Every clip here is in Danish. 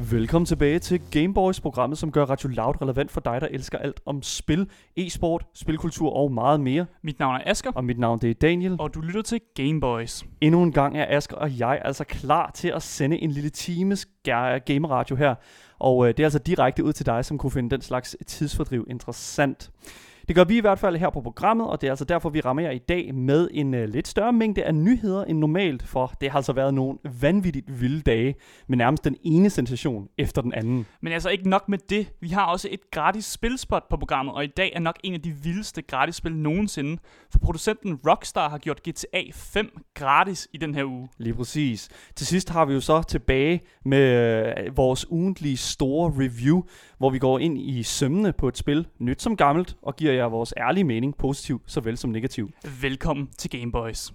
Velkommen tilbage til Gameboys, programmet som gør Radio Loud relevant for dig, der elsker alt om spil, e-sport, spilkultur og meget mere. Mit navn er Asger. Og mit navn det er Daniel. Og du lytter til Gameboys. Endnu en gang er Asger og jeg altså klar til at sende en lille times gameradio her. Og det er altså direkte ud til dig, som kunne finde den slags tidsfordriv interessant. Det gør vi i hvert fald her på programmet, og det er altså derfor, vi rammer jer i dag med en lidt større mængde af nyheder end normalt, for det har altså været nogle vanvittigt vilde dage, med nærmest den ene sensation efter den anden. Men altså ikke nok med det, vi har også et gratis spilspot på programmet, og i dag er nok en af de vildeste gratis spil nogensinde, for producenten Rockstar har gjort GTA 5 gratis i den her uge. Lige præcis. Til sidst har vi jo så tilbage med vores ugentlige store review, hvor vi går ind i sømmene på et spil, nyt som gammelt, og giver jer vores ærlige mening, positiv såvel som negativ. Velkommen til Gameboys.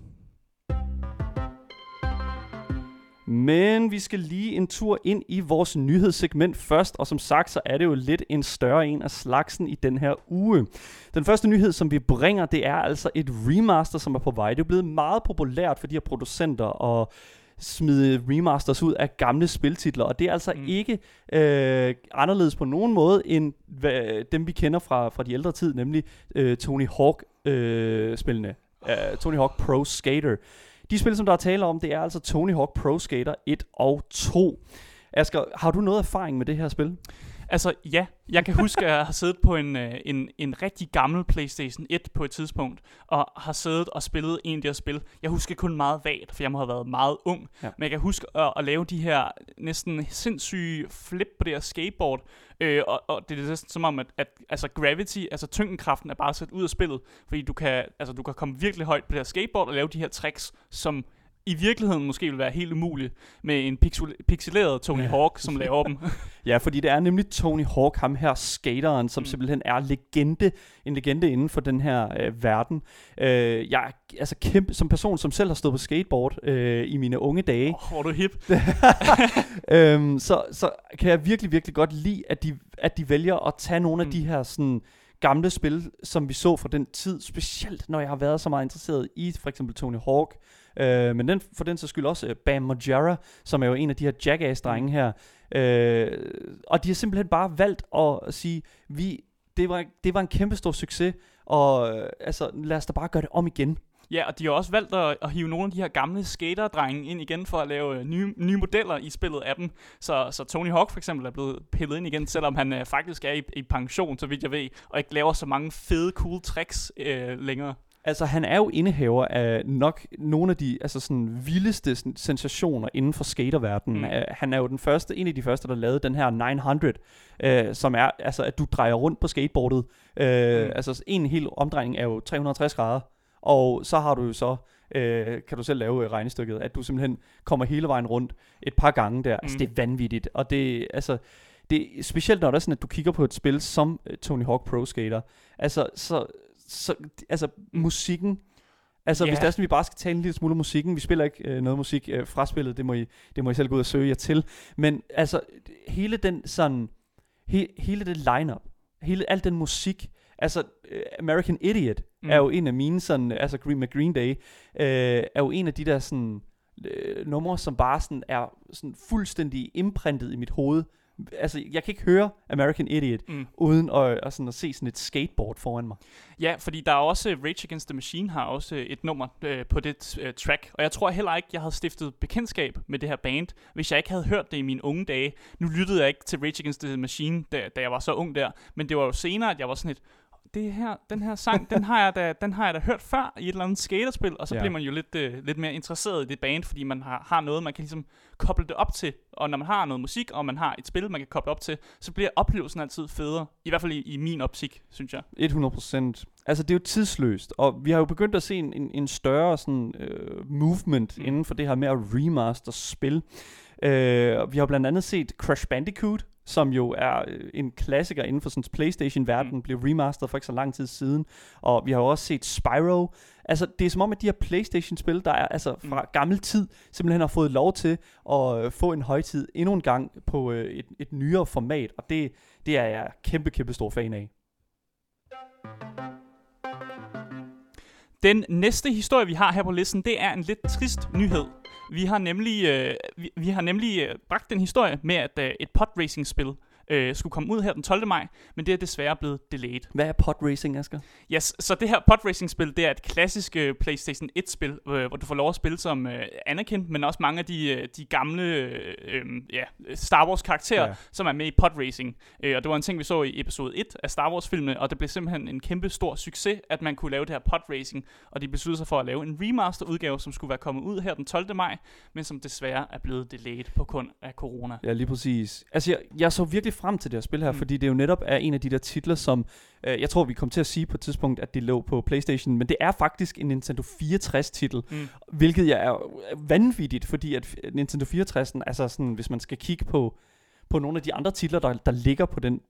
Men vi skal lige en tur ind i vores nyhedssegment først, og som sagt, så er det jo lidt en større en af slagsen i den her uge. Den første nyhed, som vi bringer, det er altså et remaster, som er på vej. Det er blevet meget populært for de her producenter at smide remasters ud af gamle spiltitler, og det er altså ikke anderledes på nogen måde end dem vi kender fra de ældre tid, nemlig Tony Hawk spillene, Tony Hawk Pro Skater. De spil, som der er tale om, det er altså Tony Hawk Pro Skater 1 og 2. Asger, har du noget erfaring med det her spil? Altså ja, jeg kan huske, at jeg har siddet på en rigtig gammel PlayStation 1 på et tidspunkt, og har siddet og spillet en af de her spil. Jeg husker kun meget vagt, for jeg må have været meget ung, men jeg kan huske at lave de her næsten sindssyge flip på det her skateboard, og det er næsten som om, at altså gravity, altså tyngdenkraften er bare sat ud af spillet, fordi du kan komme virkelig højt på det her skateboard og lave de her tricks, som i virkeligheden måske vil være helt umuligt med en pixeleret Tony Hawk, som laver dem. Ja, fordi det er nemlig Tony Hawk, ham her skateren, som simpelthen er en legende inden for den her verden. Jeg er altså kæmpe, som person, som selv har stået på skateboard i mine unge dage. Hvor er du hip. Så kan jeg virkelig, virkelig godt lide, at de vælger at tage nogle af de her sådan gamle spil, som vi så fra den tid, specielt når jeg har været så meget interesseret i for eksempel Tony Hawk, men for den så skyld også Bam Margera, som er jo en af de her Jackass-drenge her, og de har simpelthen bare valgt at sige, det var en kæmpe stor succes, og altså lad os da bare gøre det om igen. Ja, og de har også valgt at hive nogle af de her gamle skaterdrenge ind igen for at lave nye modeller i spillet af dem. Så Tony Hawk for eksempel er blevet pillet ind igen, selvom han faktisk er i pension, så vidt jeg ved, og ikke laver så mange fede, cool tricks længere. Altså han er jo indehaver af nok nogle af de sådan vildeste sensationer inden for skaterverdenen. Han er jo en af de første, der lavede den her 900, som er altså at du drejer rundt på skateboardet. Altså en hel omdrejning er jo 360 grader. Og så har du jo så, kan du selv lave regnestykket, at du simpelthen kommer hele vejen rundt et par gange der. Altså det er vanvittigt, og det er specielt når det er sådan, at du kigger på et spil som Tony Hawk Pro Skater. Altså musikken, altså hvis det er sådan, vi bare skal tale en lille smule om musikken, vi spiller ikke noget musik fra spillet, det må I selv gå ud og søge jer til, men altså hele den sådan, hele det lineup, al den musik, altså American Idiot er jo en af mine sådan, altså med Green Day, er jo en af de der sådan numre, som bare sådan er sådan fuldstændig imprintet i mit hoved. Altså jeg kan ikke høre American Idiot uden at se sådan et skateboard foran mig. Ja, fordi der er også Rage Against the Machine har også et nummer på det track, og jeg tror heller ikke, jeg havde stiftet bekendtskab med det her band, hvis jeg ikke havde hørt det i mine unge dage. Nu lyttede jeg ikke til Rage Against the Machine, da jeg var så ung der, men det var jo senere, at jeg var sådan et, den her sang, den har jeg da hørt før i et eller andet skaterspil, og så bliver man jo lidt mere interesseret i det band, fordi man har noget, man kan ligesom koble det op til, og når man har noget musik, og man har et spil, man kan koble op til, så bliver oplevelsen altid federe, i hvert fald i min optik, synes jeg. 100%. Altså det er jo tidsløst, og vi har jo begyndt at se en større sådan movement inden for det her med at remaster spil. Vi har blandt andet set Crash Bandicoot, som jo er en klassiker inden for sådan PlayStation-verden, blev remasteret for ikke så lang tid siden. Og vi har jo også set Spyro. Altså, det er som om, at de her PlayStation-spil, der er altså fra gammel tid, simpelthen har fået lov til at få en højtid endnu en gang på et nyere format. Og det er jeg kæmpe stor fan af. Den næste historie, vi har her på listen, det er en lidt trist nyhed. Vi har nemlig bragt den historie med, at et podracing-spil skulle komme ud her den 12. maj, men det er desværre blevet delayed. Hvad er podracing, Asger? Yes, så det her podracing-spil, det er et klassisk PlayStation 1-spil, hvor du får lov at spille som Anakin, men også mange af de gamle Star Wars-karakterer, som er med i podracing. Og det var en ting, vi så i episode 1 af Star Wars-filmene, og det blev simpelthen en kæmpe stor succes, at man kunne lave det her podracing, og de besluttede sig for at lave en remaster-udgave, som skulle være kommet ud her den 12. maj, men som desværre er blevet delayed på grund af corona. Ja, lige præcis. Altså, jeg så virkelig frem til det her spil her, fordi det jo netop er en af de der titler, som jeg tror, vi kom til at sige på et tidspunkt, at det lå på PlayStation, men det er faktisk en Nintendo 64-titel, hvilket er vanvittigt, fordi at Nintendo 64'en, altså sådan, hvis man skal kigge på nogle af de andre titler, der ligger på den,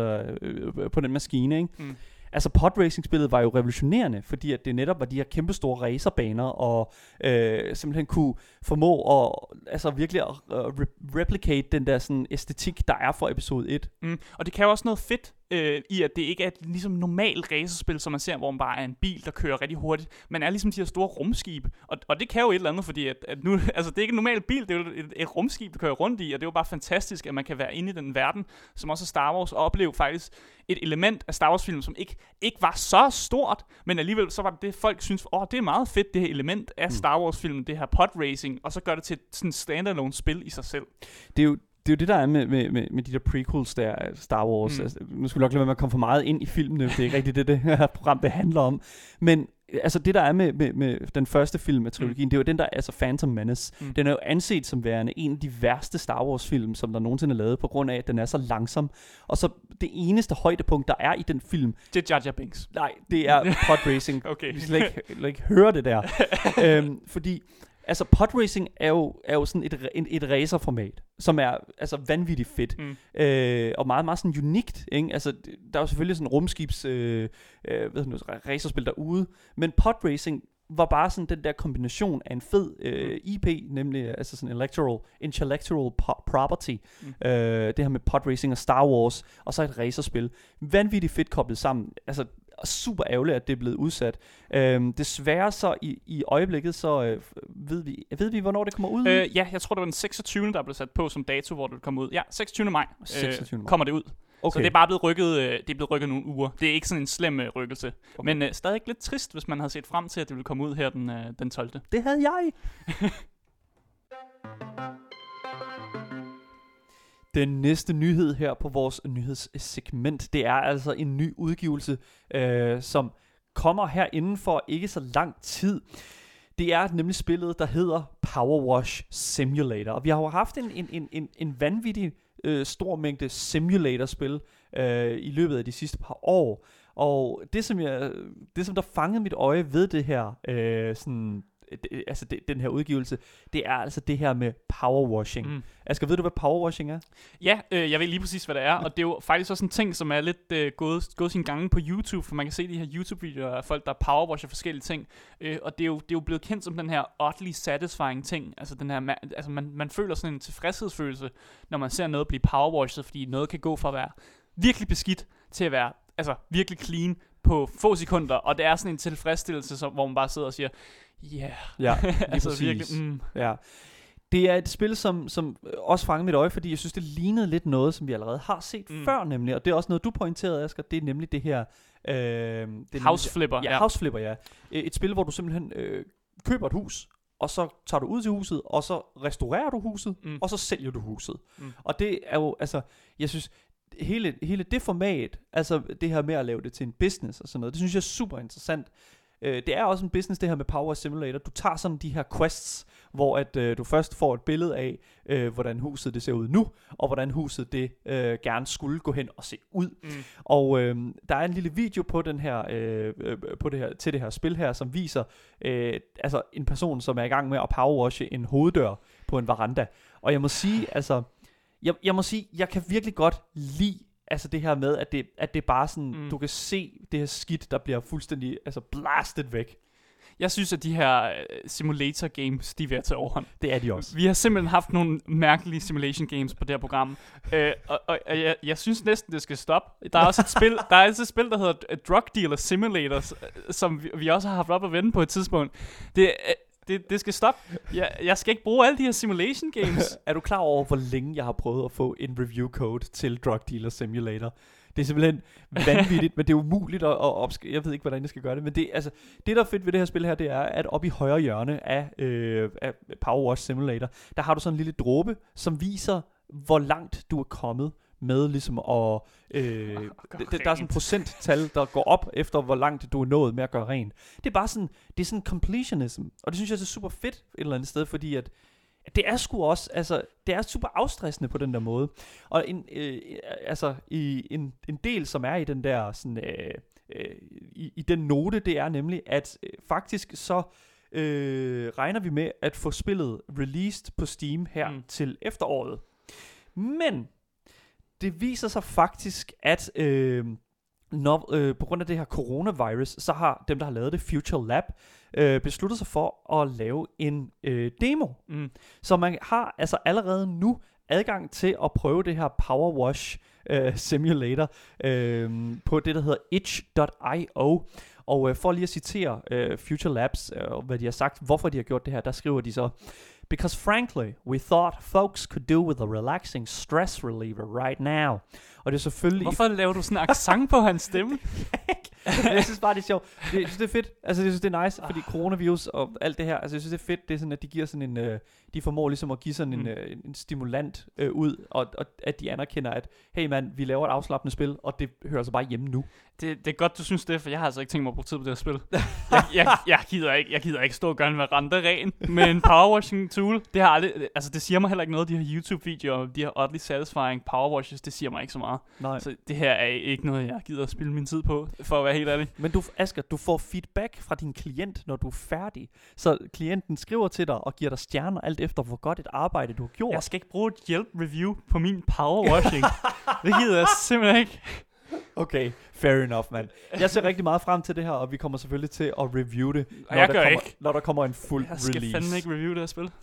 på den maskine, ikke? Altså podracing-spillet var jo revolutionerende, fordi at det netop var de her kæmpestore racerbaner, og simpelthen kunne formå at virkelig at replicate den der sådan æstetik, der er for episode 1. Og det kan jo også noget fedt i, at det ikke er et ligesom normalt racerspil, som man ser, hvor man bare er en bil, der kører rigtig hurtigt. Man er ligesom de her store rumskib, og det kan jo et eller andet, fordi at nu, altså det er ikke en normal bil, det er jo et rumskib, der kører rundt i, og det er jo bare fantastisk, at man kan være inde i den verden, som også er Star Wars, og opleve faktisk et element af Star Wars-film, som ikke var så stort, men alligevel så var det folk synes, det er meget fedt, det her element af Star Wars-filmen, det her podracing, og så gør det til sådan et standalone spil i sig selv. Det er jo det, der er med de der prequels der, Star Wars. Altså, nu skal vi nok lade være med at komme for meget ind i filmene. Det er ikke rigtigt det her program, det handler om. Men altså det, der er med den første film af trilogien, det er jo den, der er altså Phantom Menace. Den er jo anset som værende en af de værste Star Wars-film, som der nogensinde er lavet, på grund af, at den er så langsom. Og så det eneste højdepunkt, der er i den film... Det er Jar Jar Binks. Nej, det er podracing. Okay. Vi skal ikke høre det der. Fordi... Altså podracing er jo sådan et racerformat, som er altså vanvittigt fedt, og meget, meget sådan unikt, ikke? Altså der er jo selvfølgelig sådan rumskibs racerspil derude, men podracing var bare sådan den der kombination af en fed IP, nemlig altså sådan intellectual property, det her med podracing og Star Wars, og så et racerspil, vanvittigt fedt koblet sammen, altså super ærgerligt, at det er blevet udsat. Desværre så i øjeblikket, så ved vi, hvornår det kommer ud? Ja, jeg tror, det var den 26. der blev sat på som dato, hvor det kommer ud. Ja, 26. maj, 26. maj. Kommer det ud. Okay. Så det er bare blevet rykket nogle uger. Det er ikke sådan en slem rykkelse. Okay. Men stadig lidt trist, hvis man havde set frem til, at det ville komme ud her den 12. Det havde jeg! Den næste nyhed her på vores nyhedssegment, det er altså en ny udgivelse, som kommer her inden for ikke så lang tid. Det er nemlig spillet, der hedder Power Wash Simulator. Og vi har jo haft en vanvittig stor mængde simulatorspil i løbet af de sidste par år. Og det som der fangede mit øje ved det her den her udgivelse, det er altså det her med powerwashing. Asger, ved du, hvad powerwashing er? Ja, jeg ved lige præcis, hvad det er, og det er jo faktisk også en ting, som er lidt gået sine gange på YouTube, for man kan se de her YouTube-videoer af folk, der powerwasher forskellige ting, og det er jo blevet kendt som den her oddly satisfying ting, altså den her, altså man føler sådan en tilfredshedsfølelse, når man ser noget blive powerwashet, fordi noget kan gå fra at være virkelig beskidt til at være altså virkelig clean på få sekunder, og det er sådan en tilfredsstillelse, hvor man bare sidder og siger, ja, altså virkelig, ja. Det er et spil, som også fangede mit øje, fordi jeg synes, det lignede lidt noget, som vi allerede har set før, nemlig. Og det er også noget, du pointerede, Asger. Det er nemlig det her... House Flipper. Ja, House Flipper, ja. Et spil, hvor du simpelthen køber et hus, og så tager du ud til huset, og så restaurerer du huset, og så sælger du huset. Og det er jo, altså, jeg synes... Hele det format, altså det her med at lave det til en business og sådan noget, det synes jeg er super interessant. Det er også en business, det her med Power Simulator. Du tager sådan de her quests, hvor at du først får et billede af, hvordan huset det ser ud nu, og hvordan huset det gerne skulle gå hen og se ud. Og der er en lille video på den her, til det her spil her, som viser altså en person, som er i gang med at powerwashe en hoveddør på en veranda. Og jeg må sige, altså jeg kan virkelig godt lide altså det her med, at det bare sådan, du kan se det her skidt, der bliver fuldstændig altså blastet væk. Jeg synes, at de her simulator games, de er ved at tage overhånd. Det er de også. Vi har simpelthen haft nogle mærkelige simulation games på det her program. Og jeg synes næsten, det skal stoppe. Der er også et spil, der hedder Drug Dealer Simulators, som vi også har haft op at vende på et tidspunkt. Det skal stoppe. Jeg skal ikke bruge alle de her simulation games. Er du klar over, hvor længe jeg har prøvet at få en review code til Drug Dealer Simulator? Det er simpelthen vanvittigt, men det er umuligt at jeg ved ikke, hvordan jeg skal gøre det. Men det, altså, det, der er fedt ved det her spil her, det er, at oppe i højre hjørne af Power Wash Simulator, der har du sådan en lille dråbe, som viser, hvor langt du er kommet med ligesom at... der er sådan en procenttal, der går op efter, hvor langt du er nået med at gøre rent. Det er bare sådan, det er sådan completionism, og det synes jeg er super fedt et eller andet sted, fordi at det er sgu også, altså, det er super afstressende på den der måde. Og en del, som er i den der sådan, i den note, det er nemlig, at faktisk så regner vi med at få spillet released på Steam her til efteråret. Men det viser sig faktisk, at på grund af det her coronavirus, så har dem, der har lavet det, Future Lab, besluttet sig for at lave en demo. Så man har altså allerede nu adgang til at prøve det her Power Wash Simulator på det, der hedder itch.io. Og for lige at citere Future Labs, hvad de har sagt, hvorfor de har gjort det her, der skriver de så: Because frankly, we thought folks could do with a relaxing stress reliever right now. Og det er selvfølgelig... Hvorfor laver du sådan en accent på hans stemme? Jeg synes bare, det er sjovt. Jeg synes, det er fedt. Altså, jeg synes, det er nice, fordi coronavirus og alt det her, altså, jeg synes, det er fedt, det er sådan, at de giver sådan en... de formår ligesom at give sådan en stimulant ud, og at de anerkender, at hey mand, vi laver et afslappende spil, og det hører så bare hjemme nu. Det er godt, du synes det, for jeg har altså ikke tænkt mig at bruge tid på det her spil. Jeg gider ikke stå og gøre med rente ren, men en powerwashing tool, det har aldrig, altså det siger mig heller ikke noget, de her YouTube-videoer, de her oddly satisfying powerwashes, det siger mig ikke så meget. Nej. Så det her er ikke noget, jeg gider at spille min tid på, for at være helt ærlig. Men Asger, du får feedback fra din klient, når du er færdig. Så klienten skriver til dig og giver dig stjerner alt efter, hvor godt et arbejde du har gjort. Jeg skal ikke bruge et hjælp-review på min powerwashing. Det gider jeg simpelthen ikke. Okay, fair enough, man. Jeg ser rigtig meget frem til det her, og vi kommer selvfølgelig til at review det, når der kommer en fuld release. Jeg skal fandme ikke review det her spil.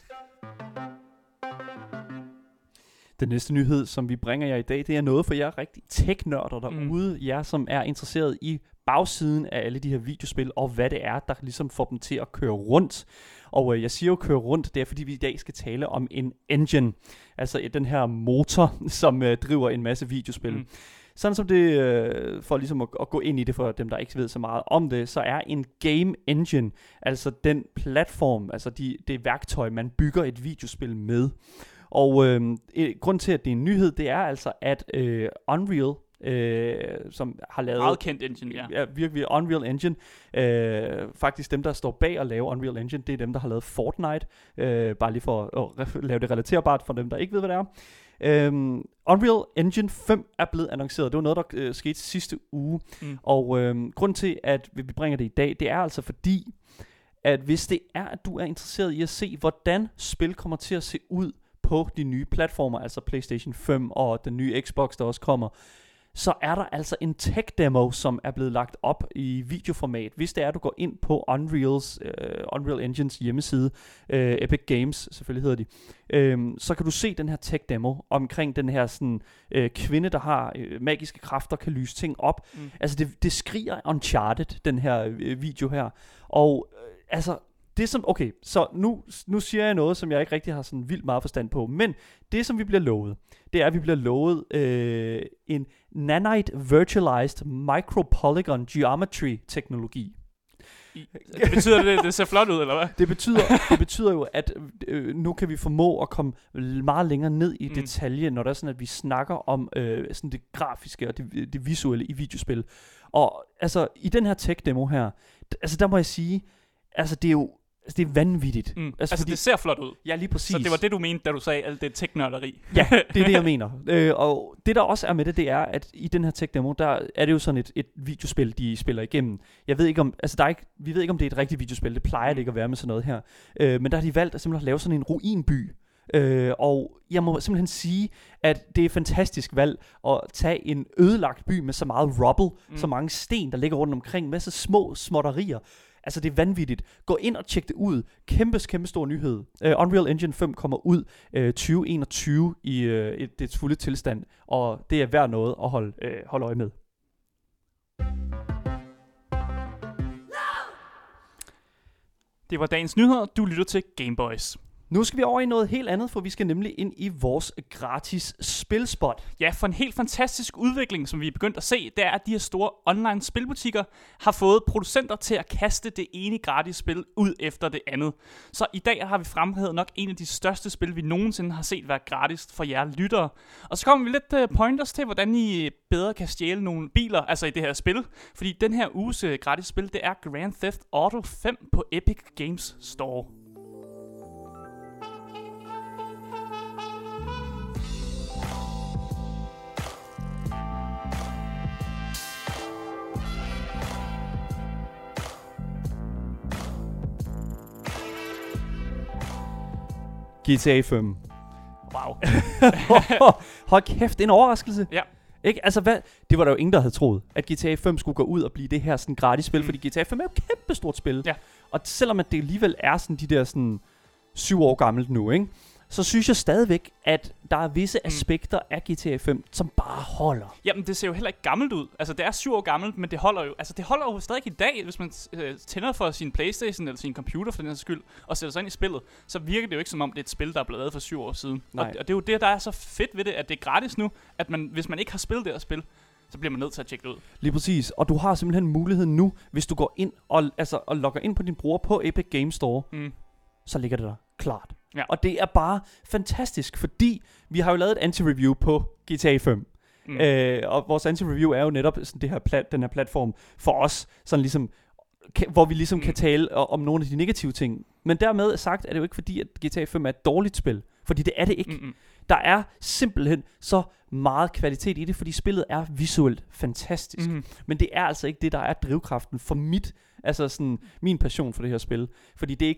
Den næste nyhed, som vi bringer jer i dag, det er noget for jer rigtig tech-nørder derude. Jer, som er interesseret i bagsiden af alle de her videospil, og hvad det er, der ligesom får dem til at køre rundt. Og jeg siger jo køre rundt, det er fordi vi i dag skal tale om en engine. Altså den her motor, som driver en masse videospil. Sådan som det, for ligesom at gå ind i det for dem, der ikke ved så meget om det, så er en game engine, altså den platform, altså det værktøj, man bygger et videospil med. Og grund til, at det er en nyhed, det er altså, at Unreal, som har lavet... Meget kendt engine, ja. Ja, virkelig Unreal Engine. Faktisk dem, der står bag at lave Unreal Engine, det er dem, der har lavet Fortnite. Bare lige for at lave det relaterbart for dem, der ikke ved, hvad det er. Unreal Engine 5 er blevet annonceret. Det var noget, der skete sidste uge. Og grunden til, at vi bringer det i dag, det er altså fordi, at hvis det er, at du er interesseret i at se, hvordan spil kommer til at se ud på de nye platformer, altså PlayStation 5 og den nye Xbox, der også kommer, så er der altså en tech demo, som er blevet lagt op i videoformat. Hvis det er, at du går ind på Unreal Engines hjemmeside, Epic Games selvfølgelig hedder de, så kan du se den her tech demo omkring den her sådan, kvinde, der har magiske kræfter, kan lyse ting op. Altså det skriger Uncharted, den her video her. Og altså... Det som, okay, så nu siger jeg noget, som jeg ikke rigtig har sådan vildt meget forstand på, men det som vi bliver lovet, det er, at vi bliver lovet en Nanite Virtualized Micropolygon Geometry teknologi. Det betyder det ser flot ud, eller hvad? Det betyder jo, at nu kan vi formå at komme meget længere ned i detalje, når det er sådan, at vi snakker om sådan det grafiske og det visuelle i videospil. Og altså, i den her tech-demo her, altså der må jeg sige, altså det er jo det er vanvittigt. Altså fordi, det ser flot ud. Ja, lige præcis. Så det var det, du mente, da du sagde alt det tech-nørderi. Ja, det er det, jeg mener. Og det, der også er med det er, at i den her tech-demo, der er det jo sådan et videospil, de spiller igennem. Jeg ved ikke om, altså vi ved ikke, om det er et rigtigt videospil. Det plejer det ikke at være med sådan noget her. Men der har de valgt at simpelthen lave sådan en ruinby. Og jeg må simpelthen sige, at det er et fantastisk valg at tage en ødelagt by med så meget rubble, så mange sten, der ligger rundt omkring, med så små småtterier. Altså det er vanvittigt. Gå ind og tjek det ud. Kæmpe stor nyhed. Unreal Engine 5 kommer ud 2021 i dets fulde tilstand, og det er værd noget at holde øje med. Det var dagens nyheder. Du lytter til Gameboys. Nu skal vi over i noget helt andet, for vi skal nemlig ind i vores gratis spilspot. Ja, for en helt fantastisk udvikling, som vi er begyndt at se, det er, at de her store online spilbutikker har fået producenter til at kaste det ene gratis spil ud efter det andet. Så i dag har vi fremhævet nok en af de største spil, vi nogensinde har set være gratis for jer lyttere. Og så kommer vi lidt pointers til, hvordan I bedre kan stjæle nogle biler, altså i det her spil. Fordi den her uges gratis spil, det er Grand Theft Auto 5 på Epic Games Store. GTA 5. Wow. Hold kæft, en overraskelse. Ja. Ikke? Altså, hvad? Det var der jo ingen, der havde troet, at GTA 5 skulle gå ud og blive det her sådan gratis spil, fordi GTA 5 er jo et kæmpestort spil. Ja. Og selvom at det alligevel er sådan de der sådan 7 år gammelt nu, ikke? Så synes jeg stadigvæk, at der er visse aspekter af GTA 5, som bare holder. Jamen, det ser jo heller ikke gammelt ud. Altså, det er 7 år gammelt, men det holder jo. Altså, det holder jo stadig i dag, hvis man tænder for sin PlayStation eller sin computer for den her skyld, og sætter sig ind i spillet, så virker det jo ikke som om, det er et spil, der er blevet lavet for 7 år siden. Og det er jo det, der er så fedt ved det, at det er gratis nu, at man, hvis man ikke har spillet det her spil, så bliver man nødt til at tjekke det ud. Lige præcis. Og du har simpelthen muligheden nu, hvis du går ind og logger ind på din bruger på Epic Games Store, så ligger det der klart. Ja. Og det er bare fantastisk, fordi vi har jo lavet et anti-review på GTA 5. Og vores anti-review er jo netop sådan det her den her platform for os, sådan ligesom, hvor vi ligesom kan tale om nogle af de negative ting. Men dermed sagt er det jo ikke fordi, at GTA 5 er et dårligt spil. Fordi det er det ikke. Der er simpelthen så meget kvalitet i det, fordi spillet er visuelt fantastisk. Men det er altså ikke det, der er drivkraften for min passion for det her spil. Fordi det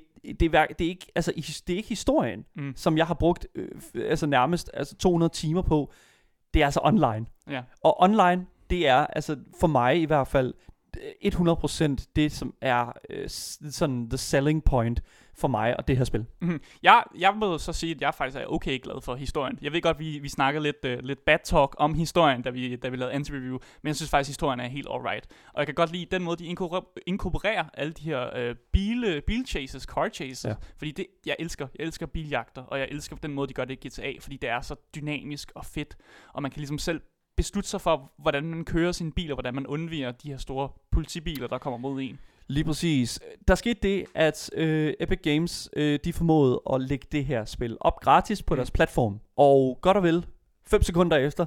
er ikke historien, som jeg har brugt nærmest 200 timer på. Det er altså online. Ja. Og online, det er altså for mig i hvert fald 100% det, som er sådan the selling point for mig og det her spil. Jeg må så sige, at jeg faktisk er okay glad for historien. Jeg ved godt, vi snakkede lidt bad talk om historien, da vi lavede anti-review, men jeg synes faktisk, at historien er helt alright. Og jeg kan godt lide den måde, de inkorporerer alle de her bilchases, car chases, fordi jeg elsker biljagter, og jeg elsker den måde, de gør det i GTA, fordi det er så dynamisk og fedt, og man kan ligesom selv beslutte sig for, hvordan man kører sin bil, og hvordan man undviger de her store politibiler, der kommer mod en. Lige præcis. Der skete det, at Epic Games, de formåede at lægge det her spil op gratis på deres platform. Og godt og vel, 5 sekunder efter,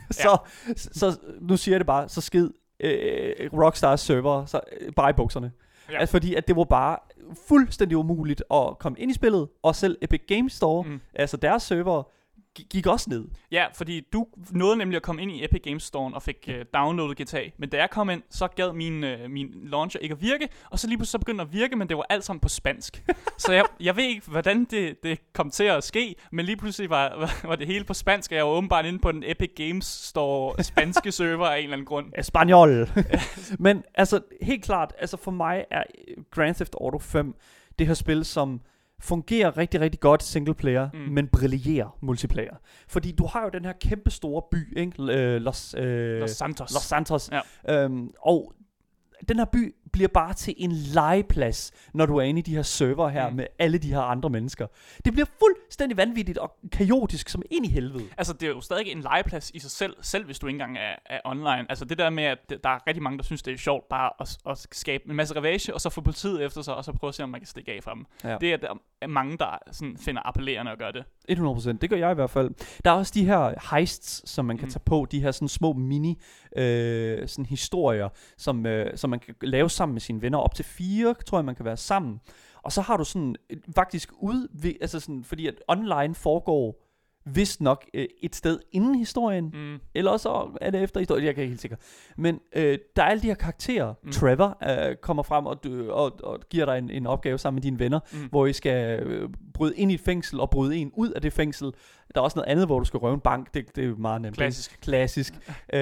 så nu siger jeg det bare, så sked Rockstars server bare i bukserne. Ja. Altså, fordi at det var bare fuldstændig umuligt at komme ind i spillet, og selv Epic Games Store, altså deres server, gik også ned. Ja, fordi du nåede nemlig at komme ind i Epic Games Store og fik downloadet GTA. Men da jeg kom ind, så gad min launcher ikke at virke, og så lige pludselig begyndte at virke, men det var alt sammen på spansk. Så jeg ved ikke, hvordan det kom til at ske, men lige pludselig var det hele på spansk, og jeg var åbenbart inde på den Epic Games Store spanske server af en eller anden grund. Espanol. Men altså, helt klart, altså for mig er Grand Theft Auto 5 det her spil, som fungerer rigtig, rigtig godt single player, men brillerer multiplayer. Fordi du har jo den her kæmpe store by, ikke? Los Santos. Ja. Og den her by bliver bare til en legeplads, når du er inde i de her server her med alle de her andre mennesker. Det bliver fuldstændig vanvittigt og kaotisk som ind i helvede. Altså, det er jo stadig en legeplads i sig selv hvis du ikke engang er online. Altså, det der med, at der er rigtig mange, der synes, det er sjovt bare at skabe en masse ravage, og så få politiet efter sig, og så prøve at se, om man kan stikke af fra dem. Ja. Det er der mange, der sådan finder appellerende at gøre det. 100%, det gør jeg i hvert fald. Der er også de her heists, som man kan tage på, de her sådan små mini sådan historier, som man kan lave sammen med sine venner. Op til 4, tror jeg, man kan være sammen. Og så har du sådan faktisk altså sådan, fordi at online foregår vist nok et sted inden historien, eller også er det efter historien, jeg kan ikke helt sikker. Men der er alle de her karakterer. Trevor kommer frem og giver dig en opgave sammen med dine venner, hvor I skal bryde ind i et fængsel og bryde en ud af det fængsel. Der er også noget andet, hvor du skal røve en bank. Det er jo meget nemt. Klassisk.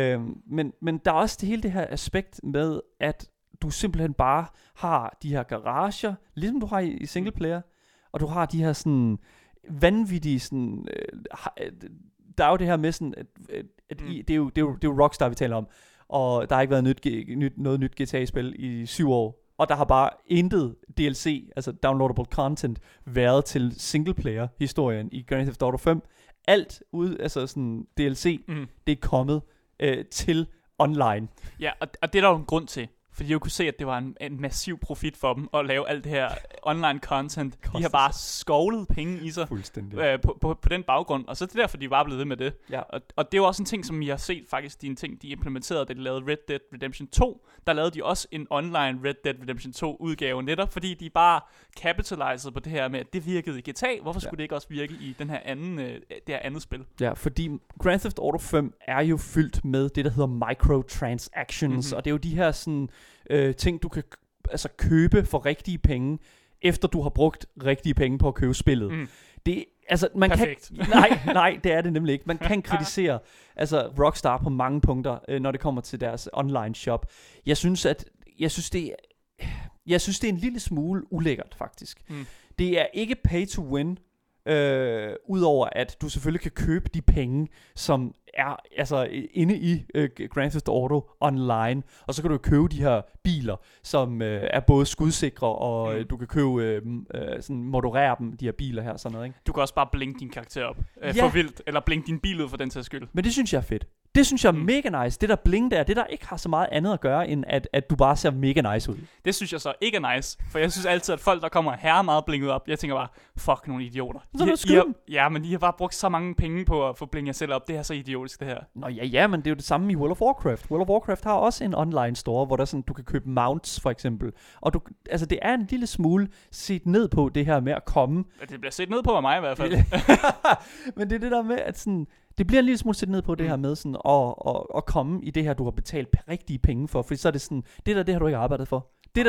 Men der er også hele det her aspekt med, at du simpelthen bare har de her garager, ligesom du har i single player, og du har de her sådan vanvittige sådan, der er jo det her med sådan, det er jo Rockstar, vi taler om, og der har ikke været noget nyt GTA-spil i 7 år, og der har bare intet DLC, altså downloadable content, været til singleplayer-historien i Grand Theft Auto 5. Alt ud, altså sådan DLC, det er kommet til online. Ja, og det er der jo en grund til. Fordi jeg kunne se, at det var en massiv profit for dem at lave alt det her online content. De har bare skovlet penge i sig på den baggrund. Og så er det derfor, de bare blevet ved med det. Ja. Og det er jo også en ting, som jeg har set faktisk, de implementerede, da de lavede Red Dead Redemption 2. Der lavede de også en online Red Dead Redemption 2 udgave, netop fordi de bare capitalized på det her med, at det virkede i GTA. Hvorfor skulle det ikke også virke i den her det her andet spil? Ja, fordi Grand Theft Auto 5 er jo fyldt med det, der hedder microtransactions. Og det er jo de her sådan ting, du kan altså købe for rigtige penge, efter du har brugt rigtige penge på at købe spillet. Det, altså, man perfekt. Nej, det er det nemlig ikke. Man kan kritisere altså Rockstar på mange punkter, når det kommer til deres online shop. Jeg synes, det er en lille smule ulækkert, faktisk. Det er ikke pay to win, udover at du selvfølgelig kan købe de penge, som er altså inde i Grand Theft Auto online, og så kan du købe de her biler, som er både skudsikre, og du kan købe sådan moderere dem, de her biler her, sådan noget, ikke? Du kan også bare blinke din karakter op for vildt, eller blinke din bil ud for den sags skyld. Men det synes jeg er fedt. Det synes jeg er mega nice. Det der bling der, det der ikke har så meget andet at gøre, end at du bare ser mega nice ud. Det synes jeg så ikke er nice, for jeg synes altid, at folk, der kommer her meget blinket op, jeg tænker bare, fuck, nogle idioter. Ja, men I har bare brugt så mange penge på at få blinket jer selv op. Det er så idiotisk, det her. Nå ja, men det er jo det samme i World of Warcraft. World of Warcraft har også en online store, hvor der sådan, du kan købe mounts, for eksempel. Og altså, det er en lille smule set ned på det her med at komme. Det bliver set ned på af mig i hvert fald. Men det er det der med, at sådan, det bliver en lille smule set ned på det her med sådan, at komme i det her, du har betalt rigtige penge for. Fordi så er det sådan, det har du ikke arbejdet for.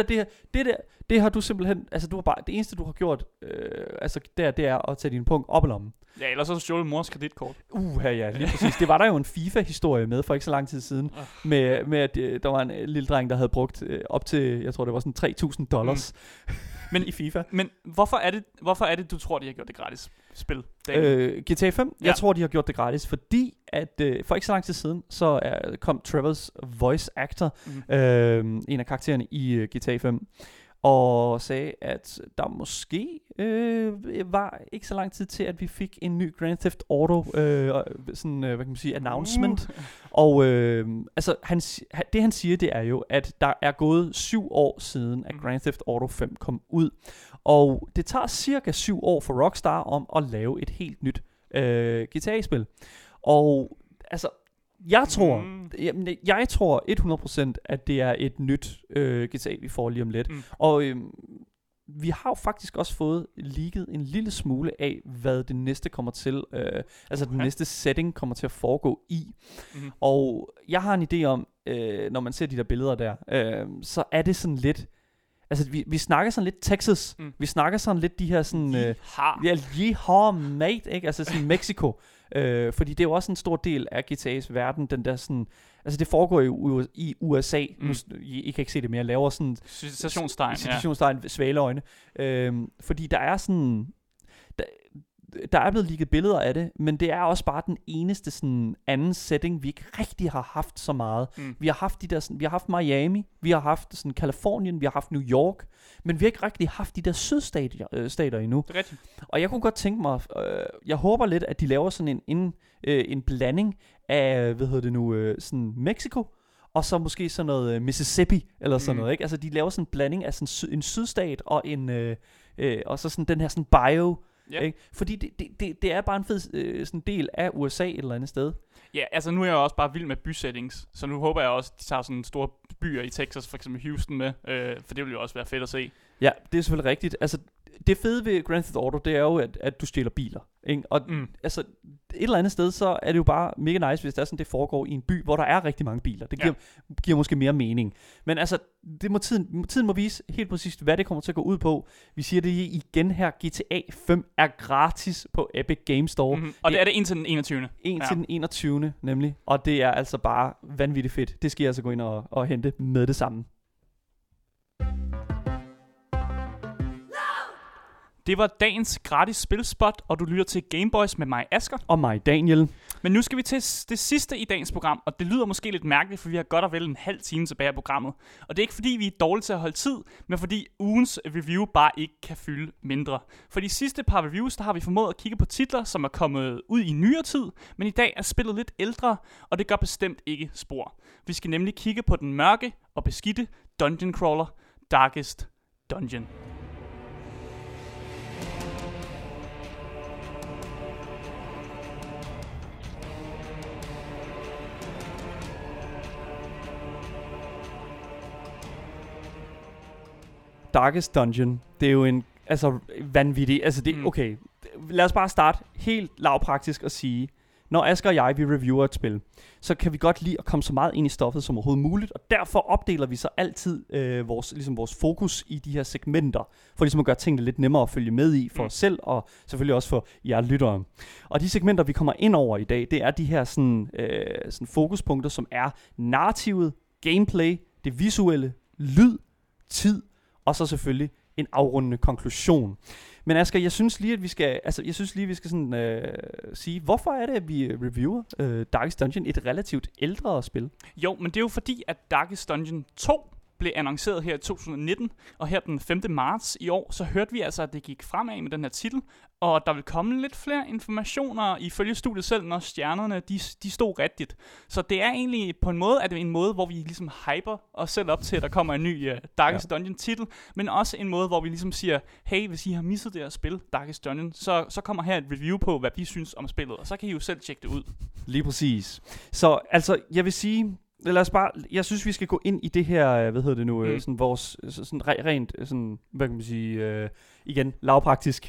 Det har du simpelthen, altså du har bare, det eneste du har gjort, altså det er at tage din punkt op i lommen. Ja, ellers så stjålet mors kreditkort. Ja, lige præcis. Det var der jo en FIFA-historie med for ikke så lang tid siden, med at der var en lille dreng, der havde brugt op til, jeg tror det var sådan $3,000 men i FIFA. Men hvorfor er det, du tror, de har gjort det gratis spil? GTA 5? Jeg tror, de har gjort det gratis, fordi at for ikke så lang tid siden, så kom Trevor's voice actor, en af karaktererne i GTA 5, og sagde, at der måske var ikke så lang tid til, at vi fik en ny Grand Theft Auto sådan, hvad kan man sige, announcement. Og altså, det han siger, det er jo, at der er gået 7 år siden, at Grand Theft Auto 5 kom ud. Og det tager cirka 7 år for Rockstar om at lave et helt nyt GTA-spil. Og altså, jeg tror 100%, at det er et nyt GTA, vi får lige om lidt. Og vi har jo faktisk også fået leaget en lille smule af, hvad det næste kommer til, altså den næste setting kommer til at foregå i. Og jeg har en idé om, når man ser de der billeder der, så er det sådan lidt, altså vi snakker sådan lidt Texas, vi snakker sådan lidt de her sådan, yeehaw mate, ikke? Altså sådan Mexico. Fordi det er jo også en stor del af GTA's verden, den der sådan, altså det foregår jo i USA. Nu, I kan ikke se det mere, jeg laver sådan citationstegn, svaleøjne. Fordi der er sådan, der er blevet leaget billeder af det, men det er også bare den eneste sådan anden setting, vi ikke rigtig har haft så meget. Vi har haft de der sådan, vi har haft Miami, vi har haft sådan Californien, vi har haft New York, men vi har ikke rigtig haft de der sydstater endnu. Det er rigtigt. Og jeg kunne godt tænke mig, jeg håber lidt, at de laver sådan en blanding af, sådan Mexico, og så måske sådan noget Mississippi, eller sådan noget, ikke? Altså de laver sådan en blanding af sådan en sydstat, og og så sådan den her sådan bio. Yeah. Ikke? Fordi det er bare en fed sådan del af USA et eller andet sted. Ja, altså nu er jeg også bare vild med bysettings, så nu håber jeg også, at de tager sådan store byer i Texas, for eksempel Houston med, for det vil jo også være fedt at se. Ja, det er selvfølgelig rigtigt. Altså det fede ved Grand Theft Auto, det er jo, at du stjæler biler. Ikke? Og altså et eller andet sted, så er det jo bare mega nice, hvis det er sådan, det foregår i en by, hvor der er rigtig mange biler. Det giver måske mere mening. Men altså, tiden må vise helt præcis, hvad det kommer til at gå ud på. Vi siger det igen her, GTA 5 er gratis på Epic Games Store. Og det er det indtil den 21. Til den 21. nemlig. Og det er altså bare vanvittigt fedt. Det skal jeg altså gå ind og hente med det samme. Det var dagens gratis spilspot, og du lytter til Gameboys med mig, Asger. Og mig, Daniel. Men nu skal vi til det sidste i dagens program, og det lyder måske lidt mærkeligt, for vi har godt og vel en halv time tilbage af programmet. Og det er ikke fordi, vi er dårlige til at holde tid, men fordi ugens review bare ikke kan fylde mindre. For de sidste par reviews, der har vi formået at kigge på titler, som er kommet ud i nyere tid, men i dag er spillet lidt ældre, og det gør bestemt ikke spor. Vi skal nemlig kigge på den mørke og beskidte dungeon crawler, Darkest Dungeon. Darkest Dungeon, det er jo en vanvittig, okay, lad os bare starte helt lavpraktisk og sige, når Asger og jeg, vi reviewer et spil, så kan vi godt lide at komme så meget ind i stoffet som overhovedet muligt, og derfor opdeler vi så altid vores fokus i de her segmenter, for ligesom at gøre tingene lidt nemmere at følge med i for os selv, og selvfølgelig også for jer lyttere. Og de segmenter, vi kommer ind over i dag, det er de her sådan fokuspunkter, som er narrativet, gameplay, det visuelle, lyd, tid, og så selvfølgelig en afrundende konklusion. Men Asger, jeg synes lige, at vi skal, sådan, sige, hvorfor er det, at vi reviewer Darkest Dungeon, et relativt ældre spil? Jo, men det er jo fordi, at Darkest Dungeon 2 blev annonceret her i 2019, og her den 5. marts i år, så hørte vi altså, at det gik fremad med den her titel, og der vil komme lidt flere informationer ifølge studiet selv, når stjernerne, de stod rigtigt. Så det er egentlig på en måde, at det er en måde, hvor vi ligesom hyper os selv op til, at der kommer en ny Darkest Dungeon titel, men også en måde, hvor vi ligesom siger, hey, hvis I har misset det her spil, Darkest Dungeon, så kommer her et review på, hvad vi synes om spillet, og så kan I jo selv tjekke det ud. Lige præcis. Så altså, jeg vil sige, jeg synes, vi skal gå ind i det her, sådan vores, sådan rent, sådan, hvad kan man sige, igen, lavpraktisk.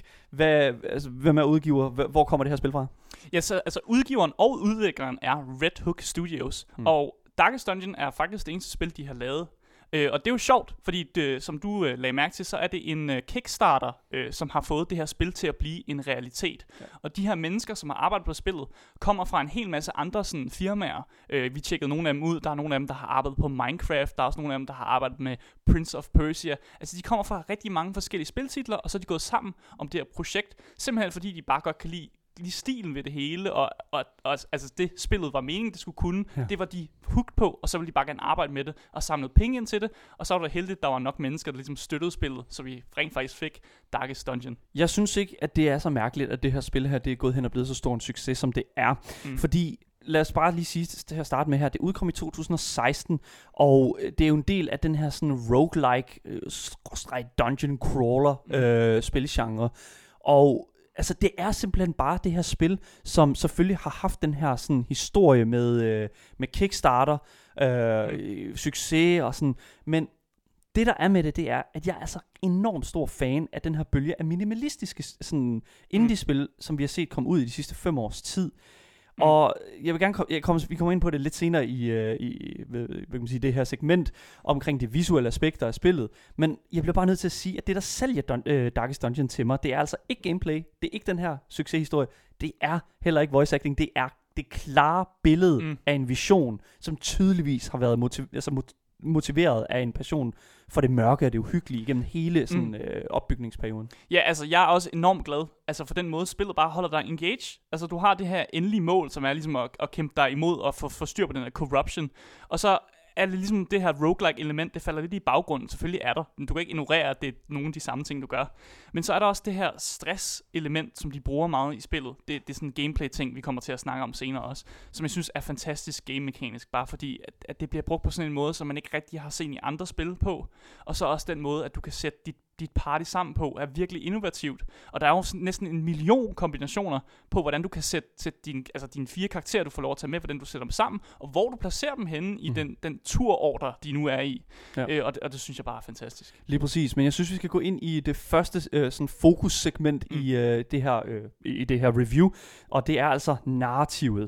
Hvem er udgiver? Hvor kommer det her spil fra? Ja, så altså udgiveren og udvikleren er Red Hook Studios, og Darkest Dungeon er faktisk det eneste spil, de har lavet. Og det er jo sjovt, fordi som du lagde mærke til, så er det en Kickstarter, som har fået det her spil til at blive en realitet. Ja. Og de her mennesker, som har arbejdet på spillet, kommer fra en hel masse andre sådan, firmaer. Vi tjekkede nogle af dem ud. Der er nogle af dem, der har arbejdet på Minecraft. Der er også nogle af dem, der har arbejdet med Prince of Persia. Altså, de kommer fra rigtig mange forskellige spiltitler, og så er de gået sammen om det her projekt, simpelthen fordi de bare godt kan lide stilen ved det hele, og altså det spillet var meningen, det skulle kunne, det var de hooked på, og så ville de bare gerne arbejde med det, og samlede penge ind til det, og så var det heldigt, der var nok mennesker, der ligesom støttede spillet, så vi rent faktisk fik Darkest Dungeon. Jeg synes ikke, at det er så mærkeligt, at det her spil her, det er gået hen og blevet så stor en succes, som det er, fordi lad os bare lige sige det her starte med her. Det udkom i 2016, og det er jo en del af den her sådan roguelike dungeon crawler spilgenre. Og altså det er simpelthen bare det her spil, som selvfølgelig har haft den her sådan historie med Kickstarter, succes og sådan, men det der er med det er, at jeg er så enormt stor fan af den her bølge af minimalistiske sådan indie-spil, som vi har set komme ud i de sidste 5 års tid. Og jeg vil gerne vi kommer ind på det lidt senere i hvad kan man sige, det her segment omkring de visuelle aspekter af spillet. Men jeg bliver bare nødt til at sige, at det der sælger Darkest Dungeon til mig, det er altså ikke gameplay, det er ikke den her succeshistorie, det er heller ikke voice acting, det er det klare billede af en vision, som tydeligvis har været motiveret af en passion for det mørke og det uhyggelige gennem hele sådan, opbygningsperioden. Ja, altså jeg er også enormt glad, altså for den måde spillet bare holder dig engaged. Altså du har det her endelige mål, som er ligesom at kæmpe dig imod og få styr på den her corruption, og så er det ligesom det her roguelike element, det falder lidt i baggrunden. Selvfølgelig er der, men du kan ikke ignorere, at det er nogle af de samme ting, du gør. Men så er der også det her stress element, som de bruger meget i spillet. Det er sådan en gameplay ting, vi kommer til at snakke om senere også, som jeg synes er fantastisk game-mekanisk, bare fordi, at det bliver brugt på sådan en måde, som man ikke rigtig har set i andre spil på. Og så også den måde, at du kan sætte dit party sammen på, er virkelig innovativt. Og der er jo næsten 1 million kombinationer på, hvordan du kan sætte dine 4 karakterer, du får lov at tage med, hvordan du sætter dem sammen, og hvor du placerer dem henne i den turordre, de nu er i. Ja. Og det synes jeg bare er fantastisk. Lige præcis, men jeg synes, vi skal gå ind i det første sådan fokussegment i det her review, og det er altså narrativet.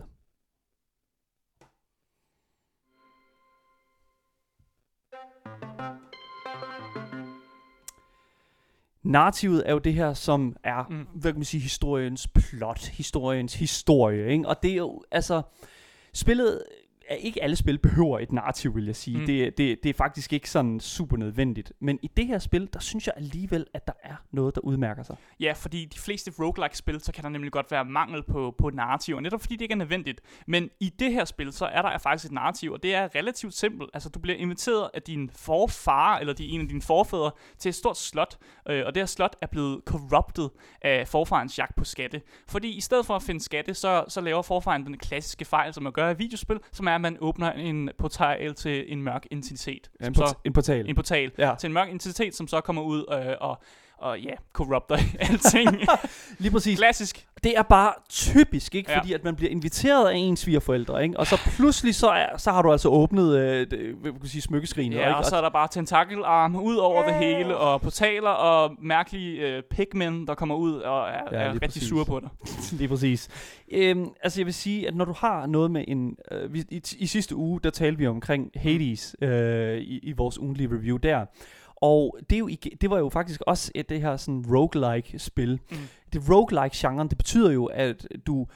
Narrativet er jo det her, som er, hvad kan man sige, historiens plot, historiens historie, ikke? Og det er jo, altså, spillet ikke alle spil behøver et narrativ, vil jeg sige. Det er faktisk ikke sådan super nødvendigt. Men i det her spil, der synes jeg alligevel, at der er noget, der udmærker sig. Ja, fordi de fleste roguelike-spil, så kan der nemlig godt være mangel på narrativ, netop fordi det ikke er nødvendigt. Men i det her spil, så er der faktisk et narrativ, og det er relativt simpelt. Altså, du bliver inviteret af din forfar, eller en af dine forfædre, til et stort slot, og det her slot er blevet corrupted af forfarens jagt på skatte. Fordi i stedet for at finde skatte, så laver forfaren den klassiske fejl, som man gør i videospil, som er, at man åbner en portal til en mørk entitet. Ja, en portal. En portal ja. Til en mørk entitet, som så kommer ud og ja, corrupter alting. Lige præcis. Klassisk. Det er bare typisk, ikke? Fordi at man bliver inviteret af ens svigerforældre, ikke? Og så pludselig så har du altså åbnet smykkeskrinet. Ja, og så er der bare tentakelarme ud over det hele, og portaler og mærkelige pigmen, der kommer ud og er rigtig præcis. sure på dig. Lige præcis. Altså jeg vil sige, at når du har noget med en... I sidste uge, der talte vi omkring Hades i vores ugentlige review der. Og det var jo faktisk også det her sådan roguelike spil. Det roguelike genren, det betyder jo at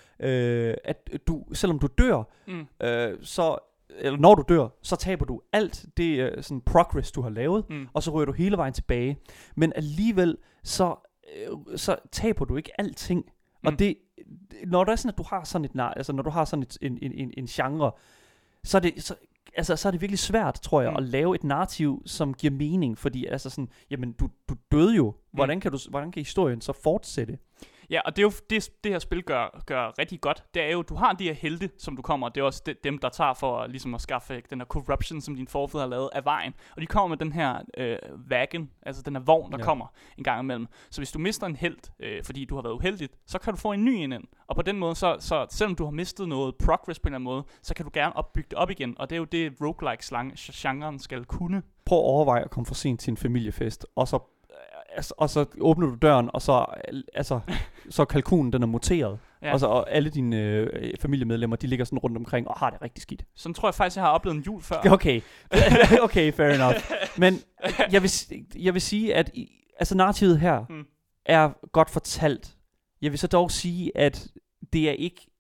du selvom du dør, eller når du dør, så taber du alt det sådan progress du har lavet, og så ryger du hele vejen tilbage. Men alligevel så taber du ikke alting. Og det når det er sådan at du har sådan når du har sådan en genre, så er det virkelig svært, tror jeg, at lave et narrativ, som giver mening, fordi altså sådan, jamen du døde jo. Hvordan kan historien så fortsætte? Ja, og det er jo det her spil gør rigtig godt. Det er jo, du har de her helte, som du kommer, og det er også dem, der tager for ligesom at skaffe den her corruption, som din forfædre har lavet af vejen. Og de kommer med den her wagon, altså den her vogn, der kommer en gang imellem. Så hvis du mister en helt, fordi du har været uheldig, så kan du få en ny ind. Og på den måde, så selvom du har mistet noget progress på en eller anden måde, så kan du gerne opbygge det op igen. Og det er jo det roguelike-genren skal kunne. Prøv at overveje at komme for sent til en familiefest, og så åbner du døren, og så er kalkunen, den er muteret. Ja. Og alle dine familiemedlemmer, de ligger sådan rundt omkring og har det rigtig skidt. Sådan tror jeg faktisk, jeg har oplevet en jul før. Okay, fair enough. Men jeg vil sige, at narrativet her er godt fortalt. Jeg vil så dog sige, at det er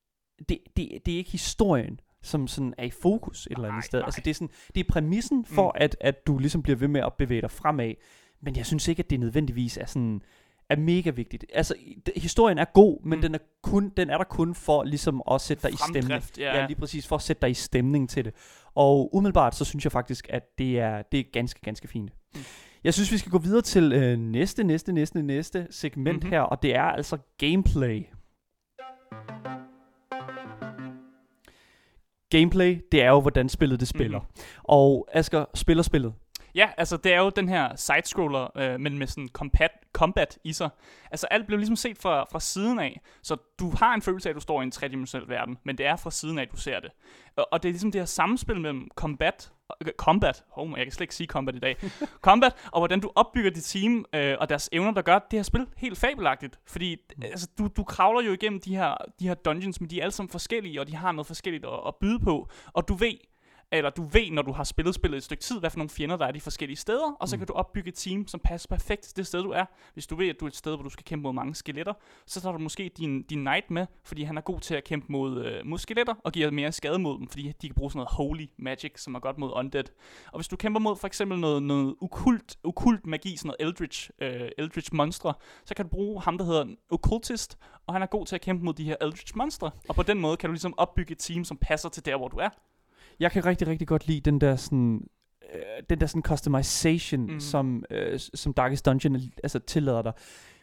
ikke historien, som sådan er i fokus et eller andet sted. Altså det er præmissen for, at du ligesom bliver ved med at bevæge dig fremad. Men jeg synes ikke, at det nødvendigvis er mega vigtigt. Altså, historien er god, men den er der kun for ligesom at sætte dig i stemning. Ja, lige præcis, for at sætte dig i stemning til det. Og umiddelbart, så synes jeg faktisk, at det er ganske, ganske fint. Jeg synes, vi skal gå videre til næste segment her, og det er altså gameplay. Gameplay, det er jo, hvordan spillet det spiller. Og Asger, spiller spillet? Ja, altså det er jo den her side-scroller, men med sådan combat i sig. Altså alt bliver ligesom set fra siden af, så du har en følelse af, at du står i en tredimensionel verden, men det er fra siden af, at du ser det. Og det er ligesom det her samspil mellem combat, jeg kan slet ikke sige combat i dag, combat, og hvordan du opbygger dit team, og deres evner, der gør det her spil helt fabelagtigt. Fordi altså, du kravler jo igennem de her dungeons, men de er alle sammen forskellige, og de har noget forskelligt at byde på, og du ved, når du har spillet et stykke tid, hvad for nogle fjender der er de forskellige steder, og så kan du opbygge et team, som passer perfekt til det sted, du er. Hvis du ved, at du er et sted, hvor du skal kæmpe mod mange skeletter, så tager du måske din knight med, fordi han er god til at kæmpe mod skeletter, og giver mere skade mod dem, fordi de kan bruge sådan noget holy magic, som er godt mod undead. Og hvis du kæmper mod for eksempel noget okkult magi, sådan noget eldritch monstre, så kan du bruge ham, der hedder en occultist, og han er god til at kæmpe mod de her eldritch monstre. Og på den måde kan du ligesom opbygge et team, som passer til der, hvor du er. Jeg kan rigtig, rigtig godt lide den der sådan customization, som Darkest Dungeon altså tillader dig.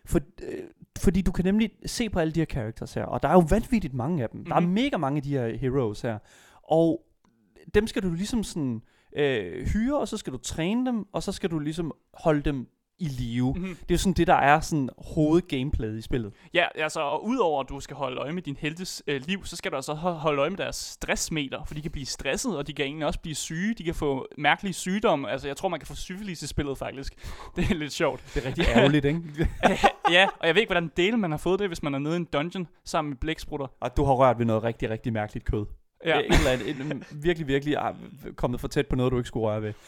Fordi du kan nemlig se på alle de her characters her, og der er jo vanvittigt mange af dem. Der er mega mange af de her heroes her, og dem skal du ligesom sådan hyre, og så skal du træne dem, og så skal du ligesom holde dem i live. Det er jo sådan det, der er sådan hovedgameplayet i spillet. Ja, altså, og udover at du skal holde øje med din heltes liv, så skal du altså holde øje med deres stressmeter, for de kan blive stresset, og de kan egentlig også blive syge. De kan få mærkelige sygdomme. Altså, jeg tror, man kan få syfilis i spillet, faktisk. Det er lidt sjovt. Det er rigtig ærgerligt, ikke? Ja, og jeg ved ikke, hvordan del man har fået det, hvis man er nede i en dungeon sammen med blæksprutter. Og du har rørt ved noget rigtig, rigtig mærkeligt kød. Ja. Virkelig kommet for tæt på noget, du ikke skulle røre ved.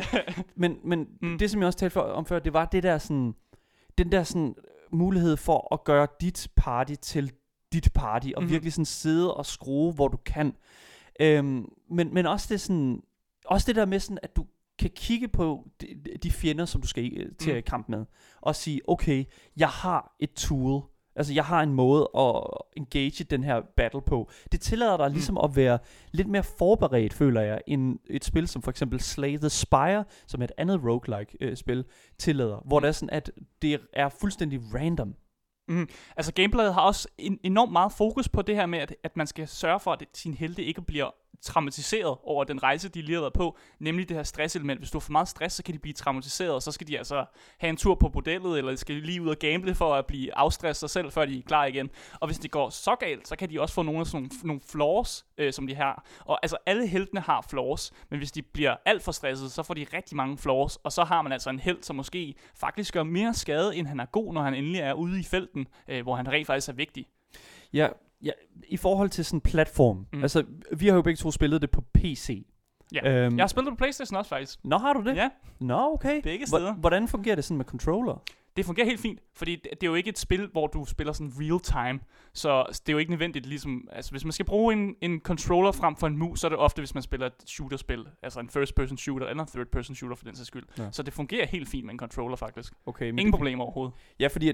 Men det, som jeg også talte om før, det var det der sådan, den der sådan mulighed for at gøre dit party til dit party, og virkelig sådan sidde og skrue, hvor du kan. Men også det sådan, også det der med sådan, at du kan kigge på de fjender, som du skal til at kamp med, og sige, okay, jeg har et tool, altså jeg har en måde at engage den her battle på. Det tillader dig ligesom at være lidt mere forberedt, føler jeg, end et spil som for eksempel Slay the Spire, som er et andet roguelike spil, tillader, hvor det er sådan, at det er fuldstændig random. Altså gameplayet har også enormt meget fokus på det her med, at man skal sørge for, at sin helte ikke bliver traumatiseret over den rejse, de lige har været på, nemlig det her stresselement. Hvis du har for meget stress, så kan de blive traumatiseret, og så skal de altså have en tur på bordellet, eller skal de lige ud og gamble for at blive afstresset sig selv, før de er klar igen. Og hvis det går så galt, så kan de også få nogle flaws, som de har. Og altså alle heltene har flaws, men hvis de bliver alt for stresset, så får de rigtig mange flaws, og så har man altså en helt, som måske faktisk gør mere skade, end han er god, når han endelig er ude i felten, hvor han rent faktisk er vigtig. Ja, i forhold til sådan platform. Altså, vi har jo begge to spillet det på PC. Ja, jeg har spillet det på PlayStation også faktisk. Nå, har du det? Ja. Nå, okay. Begge steder. Hvordan fungerer det sådan med controller? Det fungerer helt fint, fordi det er jo ikke et spil, hvor du spiller sådan real time, så det er jo ikke nødvendigt ligesom, altså hvis man skal bruge en controller frem for en mus, så er det ofte, hvis man spiller et shooterspil, altså en first person shooter eller en third person shooter for den sags skyld. Ja. Så det fungerer helt fint med en controller faktisk. Okay, ingen problemer overhovedet. Ja, fordi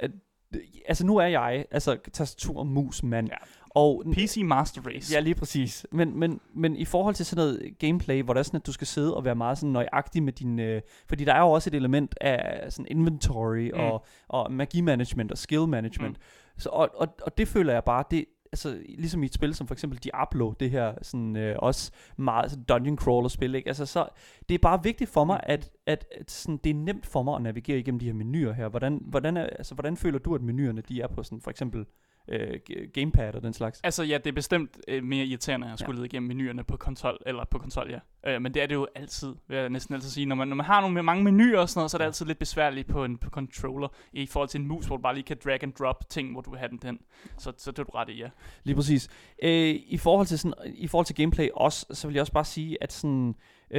altså nu er jeg tastatur og mus mand. Ja. Og PC Master Race. Ja, lige præcis. Men i forhold til sådan noget gameplay, hvor der er sådan, at du skal sidde og være meget sådan nøjagtig med din... fordi der er jo også et element af sådan inventory og magimanagement og skill management. Så, og det føler jeg bare, det altså ligesom i et spil som for eksempel Diablo, det her sådan også meget sådan dungeon crawler spil, ikke? Altså så det er bare vigtigt for mig at sådan det er nemt for mig at navigere igennem de her menuer her. Hvordan føler du at menuerne de er på sådan for eksempel gamepad og den slags? Altså ja, det er bestemt mere irriterende at skulle lede igennem menuerne på konsol ja. Men det er det jo altid, vil jeg næsten altid sige. Når man har nogle mange menuer og sådan noget, så er det altid lidt besværligt på en controller i forhold til en mus, hvor du bare lige kan drag and drop ting, hvor du vil have den hen. Så det er du ret i, ja. Lige præcis. I forhold til gameplay også, så vil jeg også bare sige, at sådan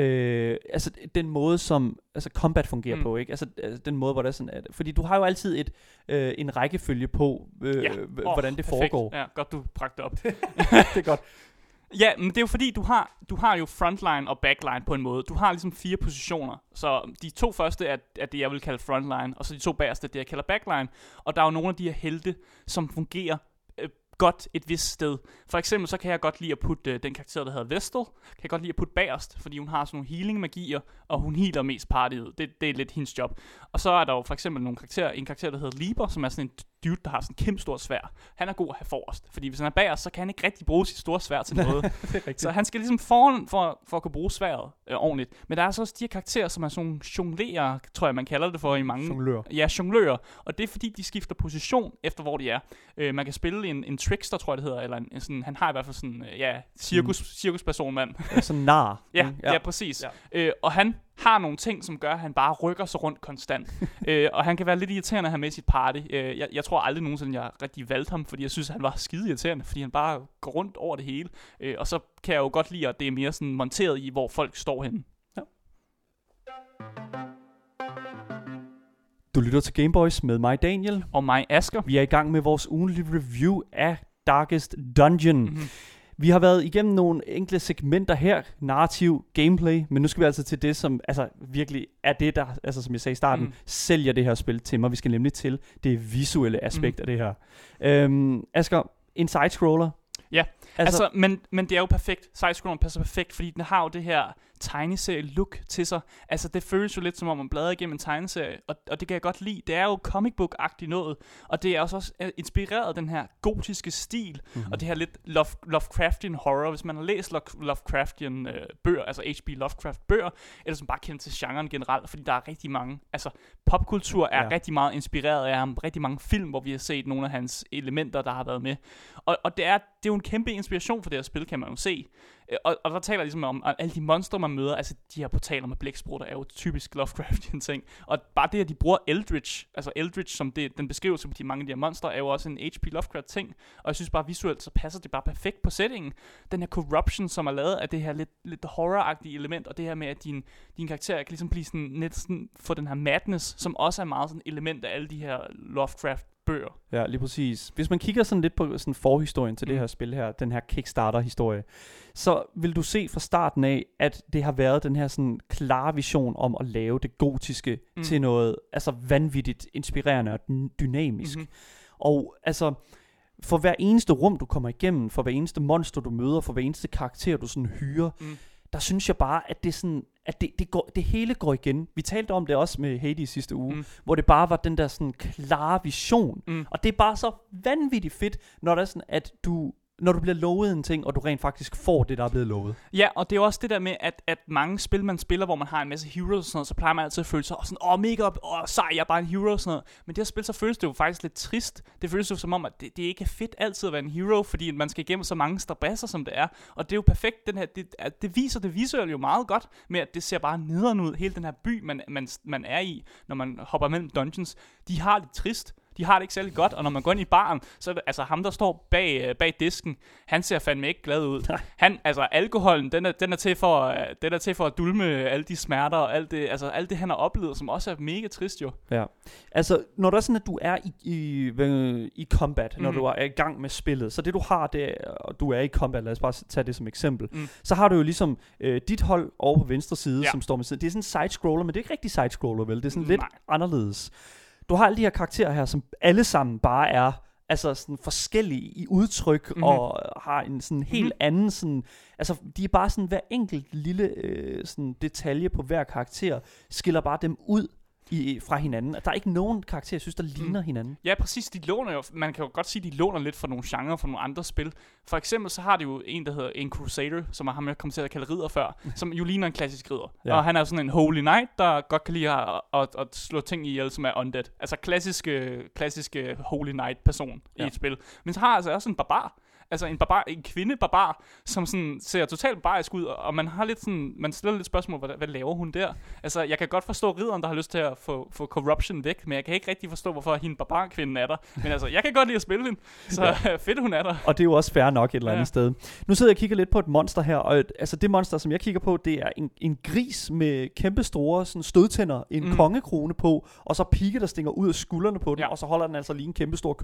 altså den måde som combat fungerer på, ikke? Altså den måde hvor det er sådan at, fordi du har jo altid en rækkefølge på hvordan det foregår. Ja, godt du bragte op. Det er godt. Ja, men det er jo fordi du har jo frontline og backline på en måde. Du har ligesom 4 positioner. Så de 2 første er det jeg vil kalde frontline, og så de 2 bagerste er det jeg kalder backline. Og der er jo nogle af de her helte som fungerer godt et vist sted. For eksempel så kan jeg godt lide at putte den karakter der hedder Vestal, kan jeg godt lide at putte bagerst, fordi hun har sådan nogle healing magier, og hun healer mest partiet. Det er lidt hendes job. Og så er der jo for eksempel en karakter der hedder Liber, som er sådan en dude, der har sådan en kæmpe stort sværd. Han er god at have forrest, fordi hvis han er bagerst, så kan han ikke rigtig bruge sit store sværd til noget. Så han skal ligesom foran for at kunne bruge sværdet ordentligt. Men der er så også de her karakterer, som er sådan nogle jonglerer, tror jeg man kalder det for i mange. Jonglører. Ja, jonglører. Og det er fordi de skifter position efter hvor de er. Man kan spille en trickster, tror jeg det hedder, eller sådan, han har i hvert fald sådan cirkuspersonmand. Sådan nar. Ja, præcis. Ja. Og han har nogle ting, som gør, at han bare rykker sig rundt konstant. Og han kan være lidt irriterende at have med sit party. Jeg tror aldrig nogensinde, jeg rigtig valgte ham, fordi jeg synes, at han var skide irriterende, fordi han bare går rundt over det hele. Og så kan jeg jo godt lide, at det er mere sådan monteret i, hvor folk står henne. Ja. Du lytter til Gameboys med mig, Daniel. Og mig, Asger. Vi er i gang med vores ugenlige review af Darkest Dungeon. Mm-hmm. Vi har været igennem nogle enkle segmenter her, narrativ, gameplay, men nu skal vi altså til det, som altså virkelig er det, der, altså som jeg sagde i starten, sælger det her spil til mig. Vi skal nemlig til det visuelle aspekt af det her. Asger, en side-scroller. Ja, altså men det er jo perfekt. Side-scrolleren passer perfekt, fordi den har jo det her tegneserie-look til sig. Altså det føles jo lidt som om man bladrer igennem en tegneserie, og det kan jeg godt lide. Det er jo comic book-agtigt noget, og det er også inspireret af den her gotiske stil, og det her lidt Lovecraftian horror. Hvis man har læst Lovecraftian bøger, altså H.P. Lovecraft bøger, eller som bare kendt til genren generelt, fordi der er rigtig mange, altså popkultur er rigtig meget inspireret af ham. Rigtig mange film, hvor vi har set nogle af hans elementer, der har været med. Og det er jo en kæmpe inspiration for det her spil, kan man jo se. Og der taler ligesom om alle de monstre, man møder, altså de her portaler med blæksprutter er jo typisk Lovecraftian ting. Og bare det, at de bruger Eldritch, altså Eldritch som den beskrivelse på de mange af de her monstre, er jo også en H.P. Lovecraft ting. Og jeg synes bare visuelt, så passer det bare perfekt på settingen. Den her corruption, som er lavet af det her lidt horror-agtige element, og det her med, at din karakter kan ligesom blive sådan, net sådan, få den her madness, som også er meget sådan element af alle de her Lovecraft bøger. Ja, lige præcis. Hvis man kigger sådan lidt på sådan forhistorien til det her spil her, den her Kickstarter-historie, så vil du se fra starten af, at det har været den her sådan klare vision om at lave det gotiske til noget altså vanvittigt inspirerende og dynamisk. Og altså, for hver eneste rum, du kommer igennem, for hver eneste monster, du møder, for hver eneste karakter, du sådan hyrer, der synes jeg bare, at det sådan, at det hele går igen. Vi talte om det også med Hades sidste uge, hvor det bare var den der sådan klare vision. Og det er bare så vanvittigt fedt, når det er sådan, at når du bliver lovet en ting, og du rent faktisk får det, der er blevet lovet. Ja, og det er også det der med, at mange spil, man spiller, hvor man har en masse heroes og sådan noget, så plejer man altid at føle sig sådan, mega sej, jeg er bare en hero og sådan noget. Men det her spil, så føles det jo faktisk lidt trist. Det føles jo som om, at det ikke er fedt altid at være en hero, fordi man skal igennem så mange strabasser, som det er. Og det er jo perfekt, det viser det visuelle jo meget godt, med at det ser bare nederen ud, hele den her by, man er i, når man hopper mellem dungeons. De har det trist. De har det ikke særlig godt, og når man går ind i baren, så er det, altså ham, der står bag disken, han ser fandme ikke glad ud. Alkoholen, den er til for at dulme alle de smerter og alt det, han har oplevet, som også er mega trist jo. Ja, altså når der er sådan, at du er i combat, når du er i gang med spillet, så det du har, og du er i combat, lad os bare tage det som eksempel, så har du jo ligesom dit hold over på venstre side, som står med siden. Det er sådan en side-scroller, men det er ikke rigtig side-scroller, vel? Det er sådan lidt anderledes. Du har alle de her karakterer her, som alle sammen bare er altså sådan forskellige i udtryk og har en sådan helt anden sådan, altså de er bare sådan hver enkelt lille sådan detalje på hver karakter skiller bare dem ud fra hinanden. Der er ikke nogen karakter, jeg synes, der ligner hinanden. Ja, præcis. De låner jo, man kan jo godt sige, de låner lidt fra nogle genrer, fra nogle andre spil. For eksempel så har de jo en, der hedder en Crusader, som har kommet til at kalde ridder før, som jo ligner en klassisk ridder. Ja. Og han er sådan en Holy Knight, der godt kan lide at slå ting ihjel, som er undead. Altså klassiske Holy Knight-person i et spil. Men så har altså også en barbar. Altså en kvinde-barbar, som sådan ser totalt barbarisk ud, og man har lidt sådan, man stiller lidt spørgsmål, hvad laver hun der? Altså, jeg kan godt forstå ridderen, der har lyst til at få corruption væk, men jeg kan ikke rigtig forstå, hvorfor hende barbar-kvinden er der. Men altså, jeg kan godt lide at spille hende, så fedt hun er der. Og det er jo også fair nok et eller andet sted. Nu sidder jeg og kigger lidt på et monster her, og altså det monster, som jeg kigger på, det er en gris med kæmpe store sådan stødtænder, en kongekrone på, og så pigge, der stinger ud af skuldrene på den, og så holder den altså lige en kæmpe stor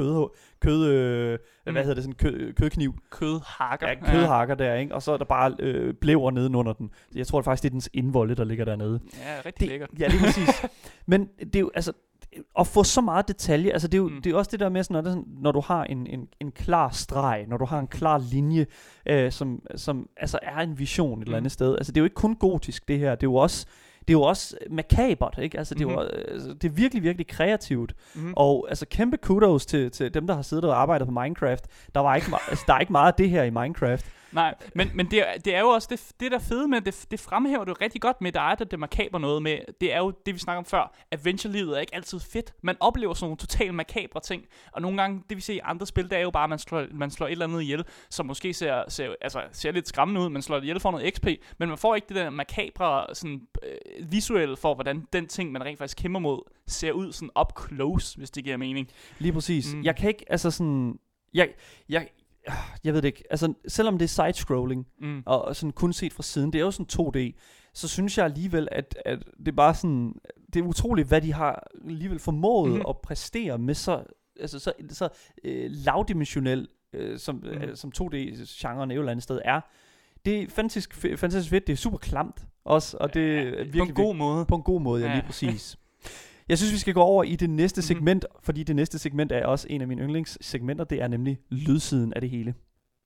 kødhakker. Ja, kødhakker der, ikke? Og så er der bare blæver nedenunder den. Jeg tror faktisk, det er dens indvolde, der ligger dernede. Ja, rigtig lækkert. Ja, det er præcis. Men det er jo, altså, at få så meget detalje, altså det er jo det er også det der med, sådan, når du har en klar streg, når du har en klar linje, som altså er en vision et eller andet sted. Altså det er jo ikke kun gotisk, det her. Det er jo også makabert, ikke? Altså, det er virkelig, virkelig kreativt. Og altså, kæmpe kudos til dem, der har siddet og arbejdet på Minecraft. Der er ikke meget af det her i Minecraft. Nej, men det er jo også det der fede med, det fremhæver du rigtig godt med, der er det makaber noget med, det er jo det, vi snakker om før, adventure-livet er ikke altid fedt. Man oplever sådan nogle totalt makabre ting, og nogle gange, det vi ser i andre spil, det er jo bare, at man slår et eller andet ihjel, som måske ser lidt skræmmende ud, man slår det ihjel for noget XP, men man får ikke det der makabre sådan, visuelle for, hvordan den ting, man rent faktisk kæmper mod, ser ud sådan up close, hvis det giver mening. Lige præcis. Jeg kan ikke, altså sådan, jeg ved det ikke, altså selvom det er side-scrolling, og sådan kun set fra siden, det er jo sådan 2D, så synes jeg alligevel, at det er bare sådan, det er utroligt, hvad de har alligevel formået at præstere med så lavdimensionel, som 2D-genren et eller andet sted er. Det er fantastisk fedt, det er super klamt også, og det er virkelig på en god måde. På en god måde, ja, lige præcis. Jeg synes, vi skal gå over i det næste segment, fordi det næste segment er også en af mine yndlingssegmenter. Det er nemlig lydsiden af det hele.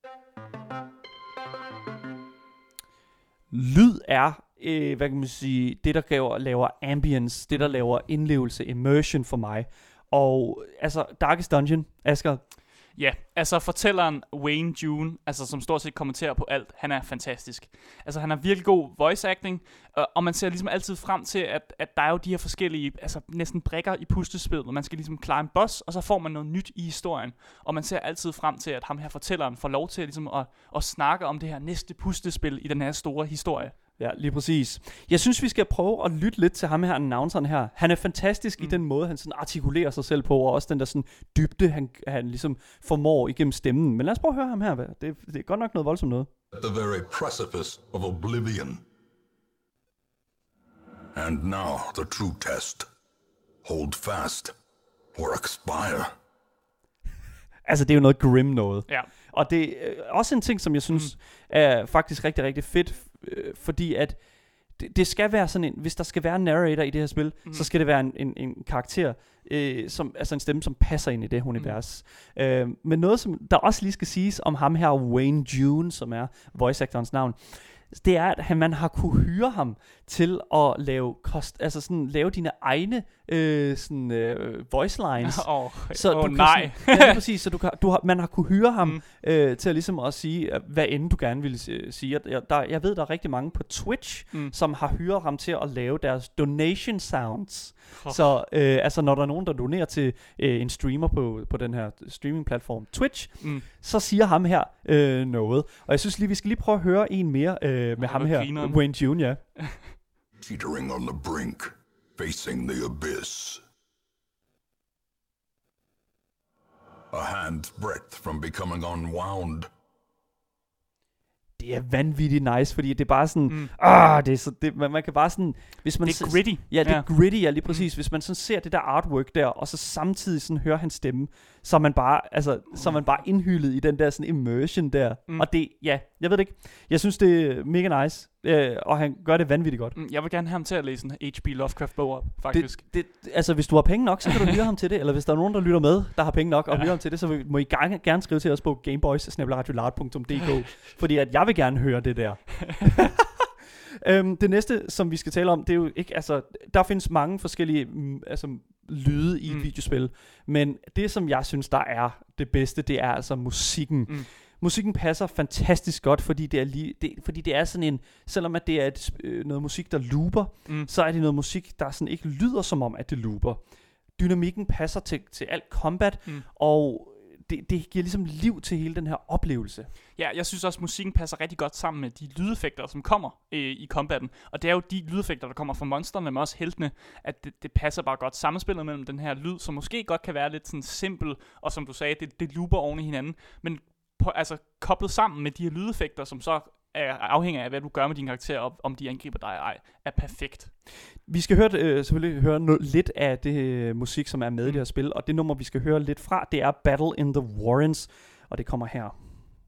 Lyd er, hvad kan man sige, det der laver ambience, det der laver indlevelse, immersion for mig. Og altså, Darkest Dungeon, Asger. Ja, altså fortælleren Wayne June, altså som stort set kommenterer på alt, han er fantastisk. Altså han har virkelig god voice acting, og man ser ligesom altid frem til, at der er jo de her forskellige, altså næsten brikker i puslespillet. Man skal ligesom klare en boss, og så får man noget nyt i historien. Og man ser altid frem til, at ham her fortælleren får lov til ligesom at snakke om det her næste puslespil i den her store historie. Ja, lige præcis. Jeg synes, vi skal prøve at lytte lidt til ham her, announceren her. Han er fantastisk i den måde, han sådan artikulerer sig selv på, og også den der sådan dybde, han ligesom formår igennem stemmen. Men lad os prøve at høre ham her. Det er godt nok noget voldsomt noget. At the very precipice of oblivion. And now the true test. Hold fast or expire. Altså, det er jo noget grim noget. Ja. Og det er også en ting, som jeg synes er faktisk rigtig, rigtig fedt, fordi at det skal være sådan en, hvis der skal være en narrator i det her spil, så skal det være en karakter, som, altså en stemme, som passer ind i det univers. Men noget, som der også lige skal siges om ham her, Wayne June, som er voice-actorens navn, det er, at man har kunne hyre ham til at lave lave dine egne voice lines. Nej. Ja, præcis. Så man har kunne hyre ham til at ligesom også sige, hvad end du gerne ville sige. Jeg ved, der er rigtig mange på Twitch, som har hyret ham til at lave deres donation sounds. Så altså, når der er nogen, der donerer til en streamer på den her streaming-platform Twitch, så siger ham her noget. Og jeg synes lige, vi skal lige prøve at høre en mere med ham her, grineren. Wayne June, ja. Teetering on the brink, facing the abyss. A hand's breadth from becoming unwound. Det er vanvittigt nice, fordi det er bare sådan, man kan bare sådan, hvis man det er gritty. Ja, det er gritty, ja, lige præcis. Hvis man sådan ser det der artwork der, og så samtidig sådan hører hans stemme, så er man bare, så er man bare indhyllet i den der sådan immersion der. Og det, ja, jeg ved det ikke. Jeg synes, det er mega nice, og han gør det vanvittigt godt. Jeg vil gerne have ham til at læse en H.P. Lovecraft-bog op, faktisk. Altså, hvis du har penge nok, så kan du hyre ham til det, eller hvis der er nogen, der lytter med, der har penge nok, og hyre ham til det, så må I gerne skrive til os på gameboys@radiolart.dk, fordi at jeg vil gerne høre det der. Det næste, som vi skal tale om, det er jo ikke, altså, der findes mange forskellige lyde i videospil, men det, som jeg synes, der er det bedste, det er altså musikken. Musikken passer fantastisk godt, fordi det er sådan en, selvom at det er noget musik, der looper, så er det noget musik, der sådan ikke lyder som om, at det looper. Dynamikken passer til alt combat, og det giver ligesom liv til hele den her oplevelse. Ja, jeg synes også, at musikken passer rigtig godt sammen med de lydeffekter, som kommer i combatten. Og det er jo de lydeffekter, der kommer fra monsterne, men også heltene, at det passer bare godt sammenspillet mellem den her lyd, som måske godt kan være lidt sådan simpel, og som du sagde, det looper oven i hinanden, men koblet sammen med de her lydeffekter, som så afhænger af, hvad du gør med din karakter, og om de angriber dig eller ej, er perfekt. Vi skal selvfølgelig høre lidt af det musik, som er med i det her spil, og det nummer, vi skal høre lidt fra, det er Battle in the Warrens, og det kommer her.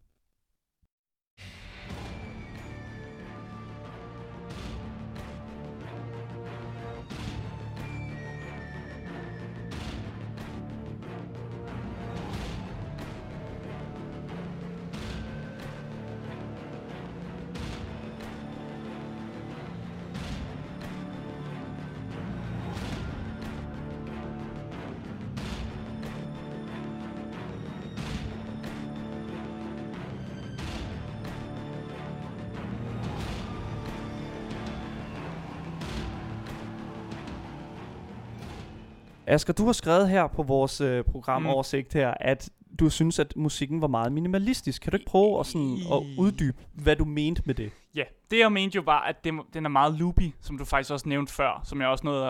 Asger, du har skrevet her på vores programoversigt her, at du synes, at musikken var meget minimalistisk. Kan du ikke prøve at uddybe, hvad du mente med det? Ja, det jeg mente jo var, at den er meget loopy, som du faktisk også nævnte før, som jeg også nåede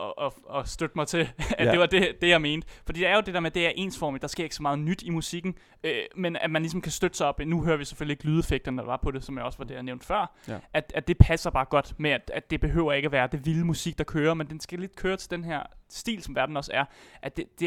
at støtte mig til, at det var det jeg mente. Fordi det er jo det der med, at det er ensformigt, der sker ikke så meget nyt i musikken, men at man ligesom kan støtte sig op. Nu hører vi selvfølgelig ikke lydeffekterne, der var på det, som jeg også var det, jeg nævnte før. Ja. At det passer bare godt med, at det behøver ikke at være det vilde musik, der kører, men den skal lidt køre til den her stil, som verden også er. At det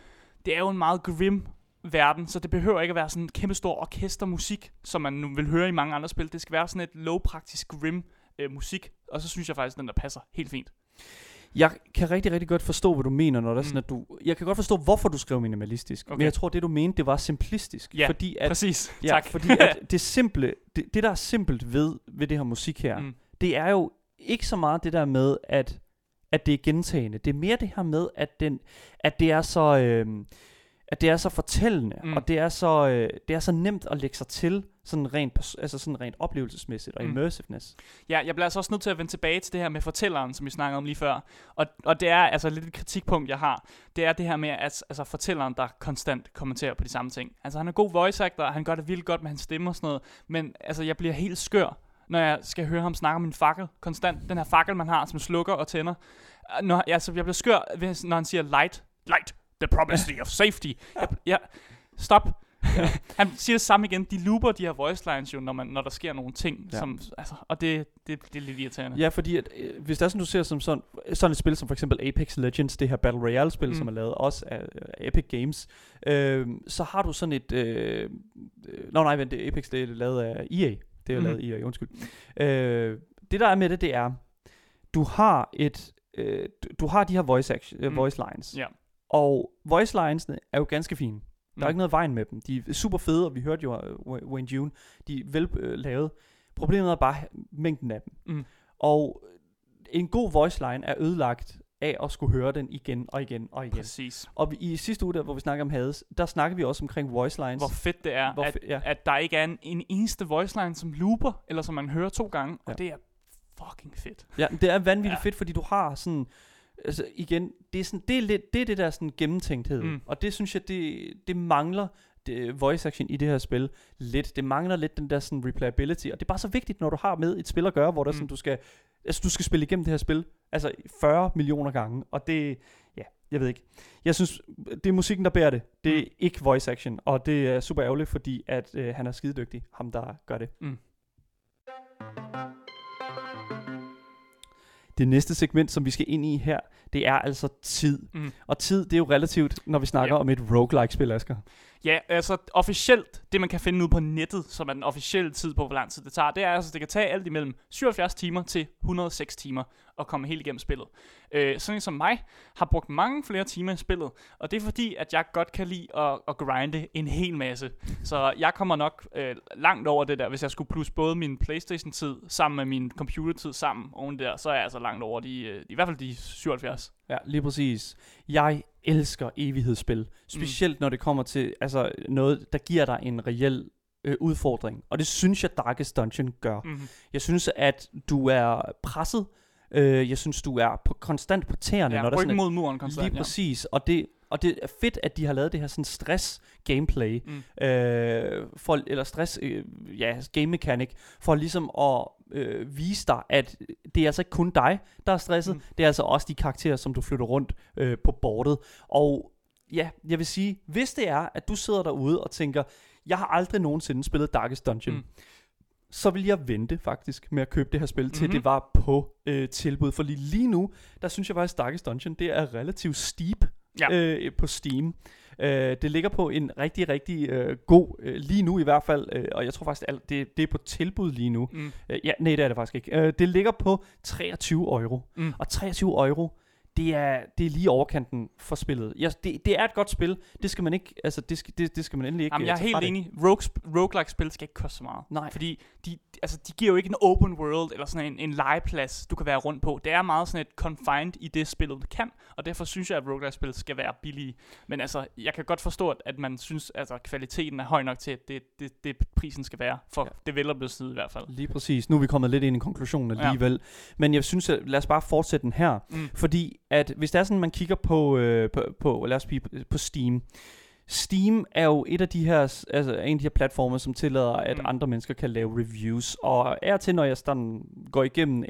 er jo en meget grim verden, så det behøver ikke at være sådan en kæmpe stor orkestermusik, som man nu vil høre i mange andre spil. Det skal være sådan et low-praktisk grim musik, og så synes jeg faktisk, den der passer helt fint. Jeg kan rigtig, rigtig godt forstå, hvad du mener, når der er sådan, at jeg kan godt forstå, hvorfor du skrev minimalistisk, men jeg tror, det du mente, det var simplistisk. Ja, fordi at, præcis. Ja, tak. fordi at det simple, det der er simpelt ved det her musik her, det er jo ikke så meget det der med, at det er gentagende. Det er mere det her med, at det er så... at det er så fortællende, og det er så nemt at lægge sig til sådan rent oplevelsesmæssigt og immersiveness. Ja, jeg bliver altså også nødt til at vende tilbage til det her med fortælleren, som vi snakkede om lige før. Og det er altså lidt et kritikpunkt, jeg har. Det er det her med, at altså fortælleren, der konstant kommenterer på de samme ting. Altså han er god voice actor, og han gør det vildt godt med hans stemme og sådan noget. Men altså jeg bliver helt skør, når jeg skal høre ham snakke om en fakkel konstant. Den her fakkel, man har, som slukker og tænder. Jeg bliver skør, når han siger light, the promise of safety. Stop. Han siger det samme igen. De looper de her voice lines jo, når der sker nogle ting, som, altså, og det er lidt irriterende. Ja, fordi at, hvis der er sådan, du ser som sådan et spil som for eksempel Apex Legends, det her Battle Royale-spil, som er lavet også af Epic Games, så har du sådan et... Apex, det er lavet af EA. Det er lavet EA, undskyld. Det der er med det er, du har du har de her voice lines. Ja. Og voice linesene er jo ganske fine. Der er ikke noget vejen med dem. De er super fede, og vi hørte jo Wayne June. De er vel lavet. Problemet er bare mængden af dem. Og en god voice line er ødelagt af at skulle høre den igen og igen og igen. Præcis. Og i sidste uge, hvor vi snakker om Hades, der snakker vi også omkring voice lines. Hvor fedt det er, at der ikke er en eneste voice line, som looper, eller som man hører 2 gange, og det er fucking fedt. Ja, det er vanvittigt fedt, fordi du har sådan... Altså igen, det er det der sådan gennemtænkthed, og det synes jeg, det mangler voice action i det her spil lidt. Det mangler lidt den der sådan replayability, og det er bare så vigtigt, når du har med et spil at gøre, hvor der sådan, du skal spille igennem det her spil, altså 40 millioner gange, og det, jeg ved ikke. Jeg synes, det er musikken, der bærer det. Det er ikke voice action, og det er super ærgerligt, fordi at han er skidedygtig, ham der gør det. Det næste segment, som vi skal ind i her, det er altså tid. Og tid, det er jo relativt, når vi snakker om et roguelike-spil, Asger. Ja, altså officielt, det man kan finde ud på nettet, som er den officielle tid på, hvor lang tid det tager, det er altså, det kan tage alt imellem 77 timer til 106 timer at komme helt igennem spillet. Sådan en som mig har brugt mange flere timer i spillet, og det er fordi, at jeg godt kan lide at grinde en hel masse. Så jeg kommer nok langt over det der, hvis jeg skulle plusse både min PlayStation-tid sammen med min computer-tid sammen oven der, så er jeg altså langt over i hvert fald de 77. Ja, lige præcis. Jeg elsker evighedsspil, specielt når det kommer til noget, der giver dig en reel udfordring. Og det synes jeg, Darkest Dungeon gør. Jeg synes, at du er presset. Jeg synes, du er konstant på tæerne. Ja, når der ryk mod muren konstant. Lige præcis. Og det er fedt, at de har lavet det her sådan stress-gameplay, eller stress, game mechanic, for ligesom at vise dig, at det er altså ikke kun dig, der er stresset, det er altså også de karakterer, som du flytter rundt på bordet. Og ja, jeg vil sige, hvis det er, at du sidder derude og tænker, jeg har aldrig nogensinde spillet Darkest Dungeon, så vil jeg vente faktisk med at købe det her spil, til det var på tilbud. For lige nu, der synes jeg faktisk, Darkest Dungeon, det er relativt steep på Steam. Det ligger på en rigtig, rigtig god, lige nu i hvert fald, og jeg tror faktisk, det er på tilbud lige nu. Nej, det er det faktisk ikke. Det ligger på 23 euro. Og 23 euro, det er lige overkanten for spillet. Det er et godt spil. Det skal man ikke, altså det skal man endelig ikke. Jamen, jeg er helt enig. Roguelike-spil skal ikke koste så meget. Nej. Fordi de giver jo ikke en open world eller sådan en legeplads, du kan være rundt på. Det er meget sådan et confined i det spillet kan, og derfor synes jeg, at roguelike-spil skal være billige. Men altså, jeg kan godt forstå, at man synes, at kvaliteten er høj nok til, at det prisen skal være for developers side i hvert fald. Lige præcis. Nu er vi kommet lidt ind i konklusionen alligevel. Men jeg synes, lad os bare fortsætte den her. Fordi at hvis det er sådan, man kigger på lad os sige, på Steam. Steam er jo en af de her platforme, som tillader, at andre mennesker kan lave reviews. Og til, når jeg går igennem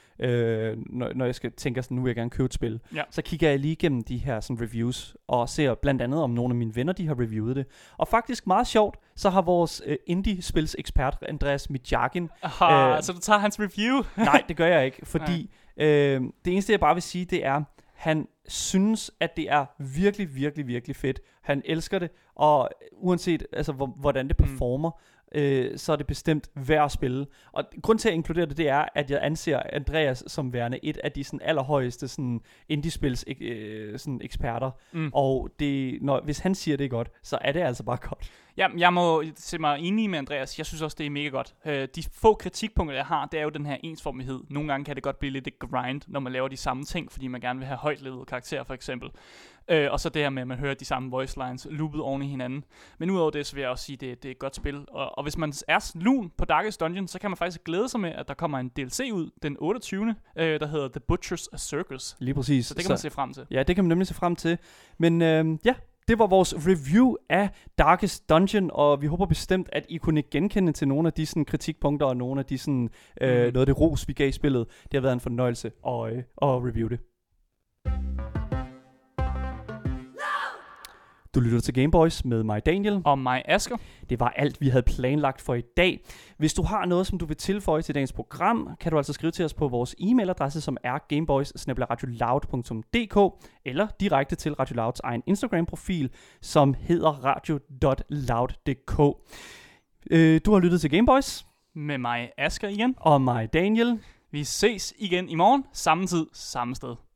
når jeg skal tænke sådan, nu vil jeg gerne købe et spil, så kigger jeg lige igennem de her sådan reviews, og ser blandt andet, om nogle af mine venner, de har reviewet det. Og faktisk meget sjovt, så har vores indie-spils ekspert, Andreas Midjagin... så du tager hans review? Nej, det gør jeg ikke, fordi det eneste, jeg bare vil sige, det er, han synes, at det er virkelig, virkelig, virkelig fedt. Han elsker det, og uanset hvordan det performer, så er det bestemt værd at spille. Og grund til at inkludere det er, at jeg anser Andreas som værende et af de sådan allerhøjeste sådan indie-spils sådan eksperter. Og hvis han siger det er godt, så er det altså bare godt. Ja, jeg må se mig enig med Andreas. Jeg synes også, det er mega godt. De få kritikpunkter, jeg har, det er jo den her ensformighed. Nogle gange kan det godt blive lidt et grind, når man laver de samme ting, fordi man gerne vil have højtlevede karakterer, for eksempel. Og så det her med, at man hører de samme voice lines loopet oven i hinanden. Men udover det, så vil jeg også sige, at det er et godt spil. Og hvis man er lun på Darkest Dungeon, så kan man faktisk glæde sig med, at der kommer en DLC ud den 28. Der hedder The Butcher's Circus. Lige præcis. Så det kan man se frem til. Ja, det kan man nemlig se frem til. Men det var vores review af Darkest Dungeon, og vi håber bestemt, at I kunne genkende til nogle af de sådan, kritikpunkter og nogle af de sådan, noget af det ros, vi gav i spillet. Det har været en fornøjelse at review det. Du lytter til Gameboys med mig, Daniel. Og mig, Asger. Det var alt, vi havde planlagt for i dag. Hvis du har noget, som du vil tilføje til dagens program, kan du altså skrive til os på vores e-mailadresse, som er gameboys@radioloud.dk, eller direkte til Radio Louds egen Instagram-profil, som hedder radio.loud.dk. Du har lyttet til Gameboys. Med mig, Asger igen. Og mig, Daniel. Vi ses igen i morgen, samme tid, samme sted.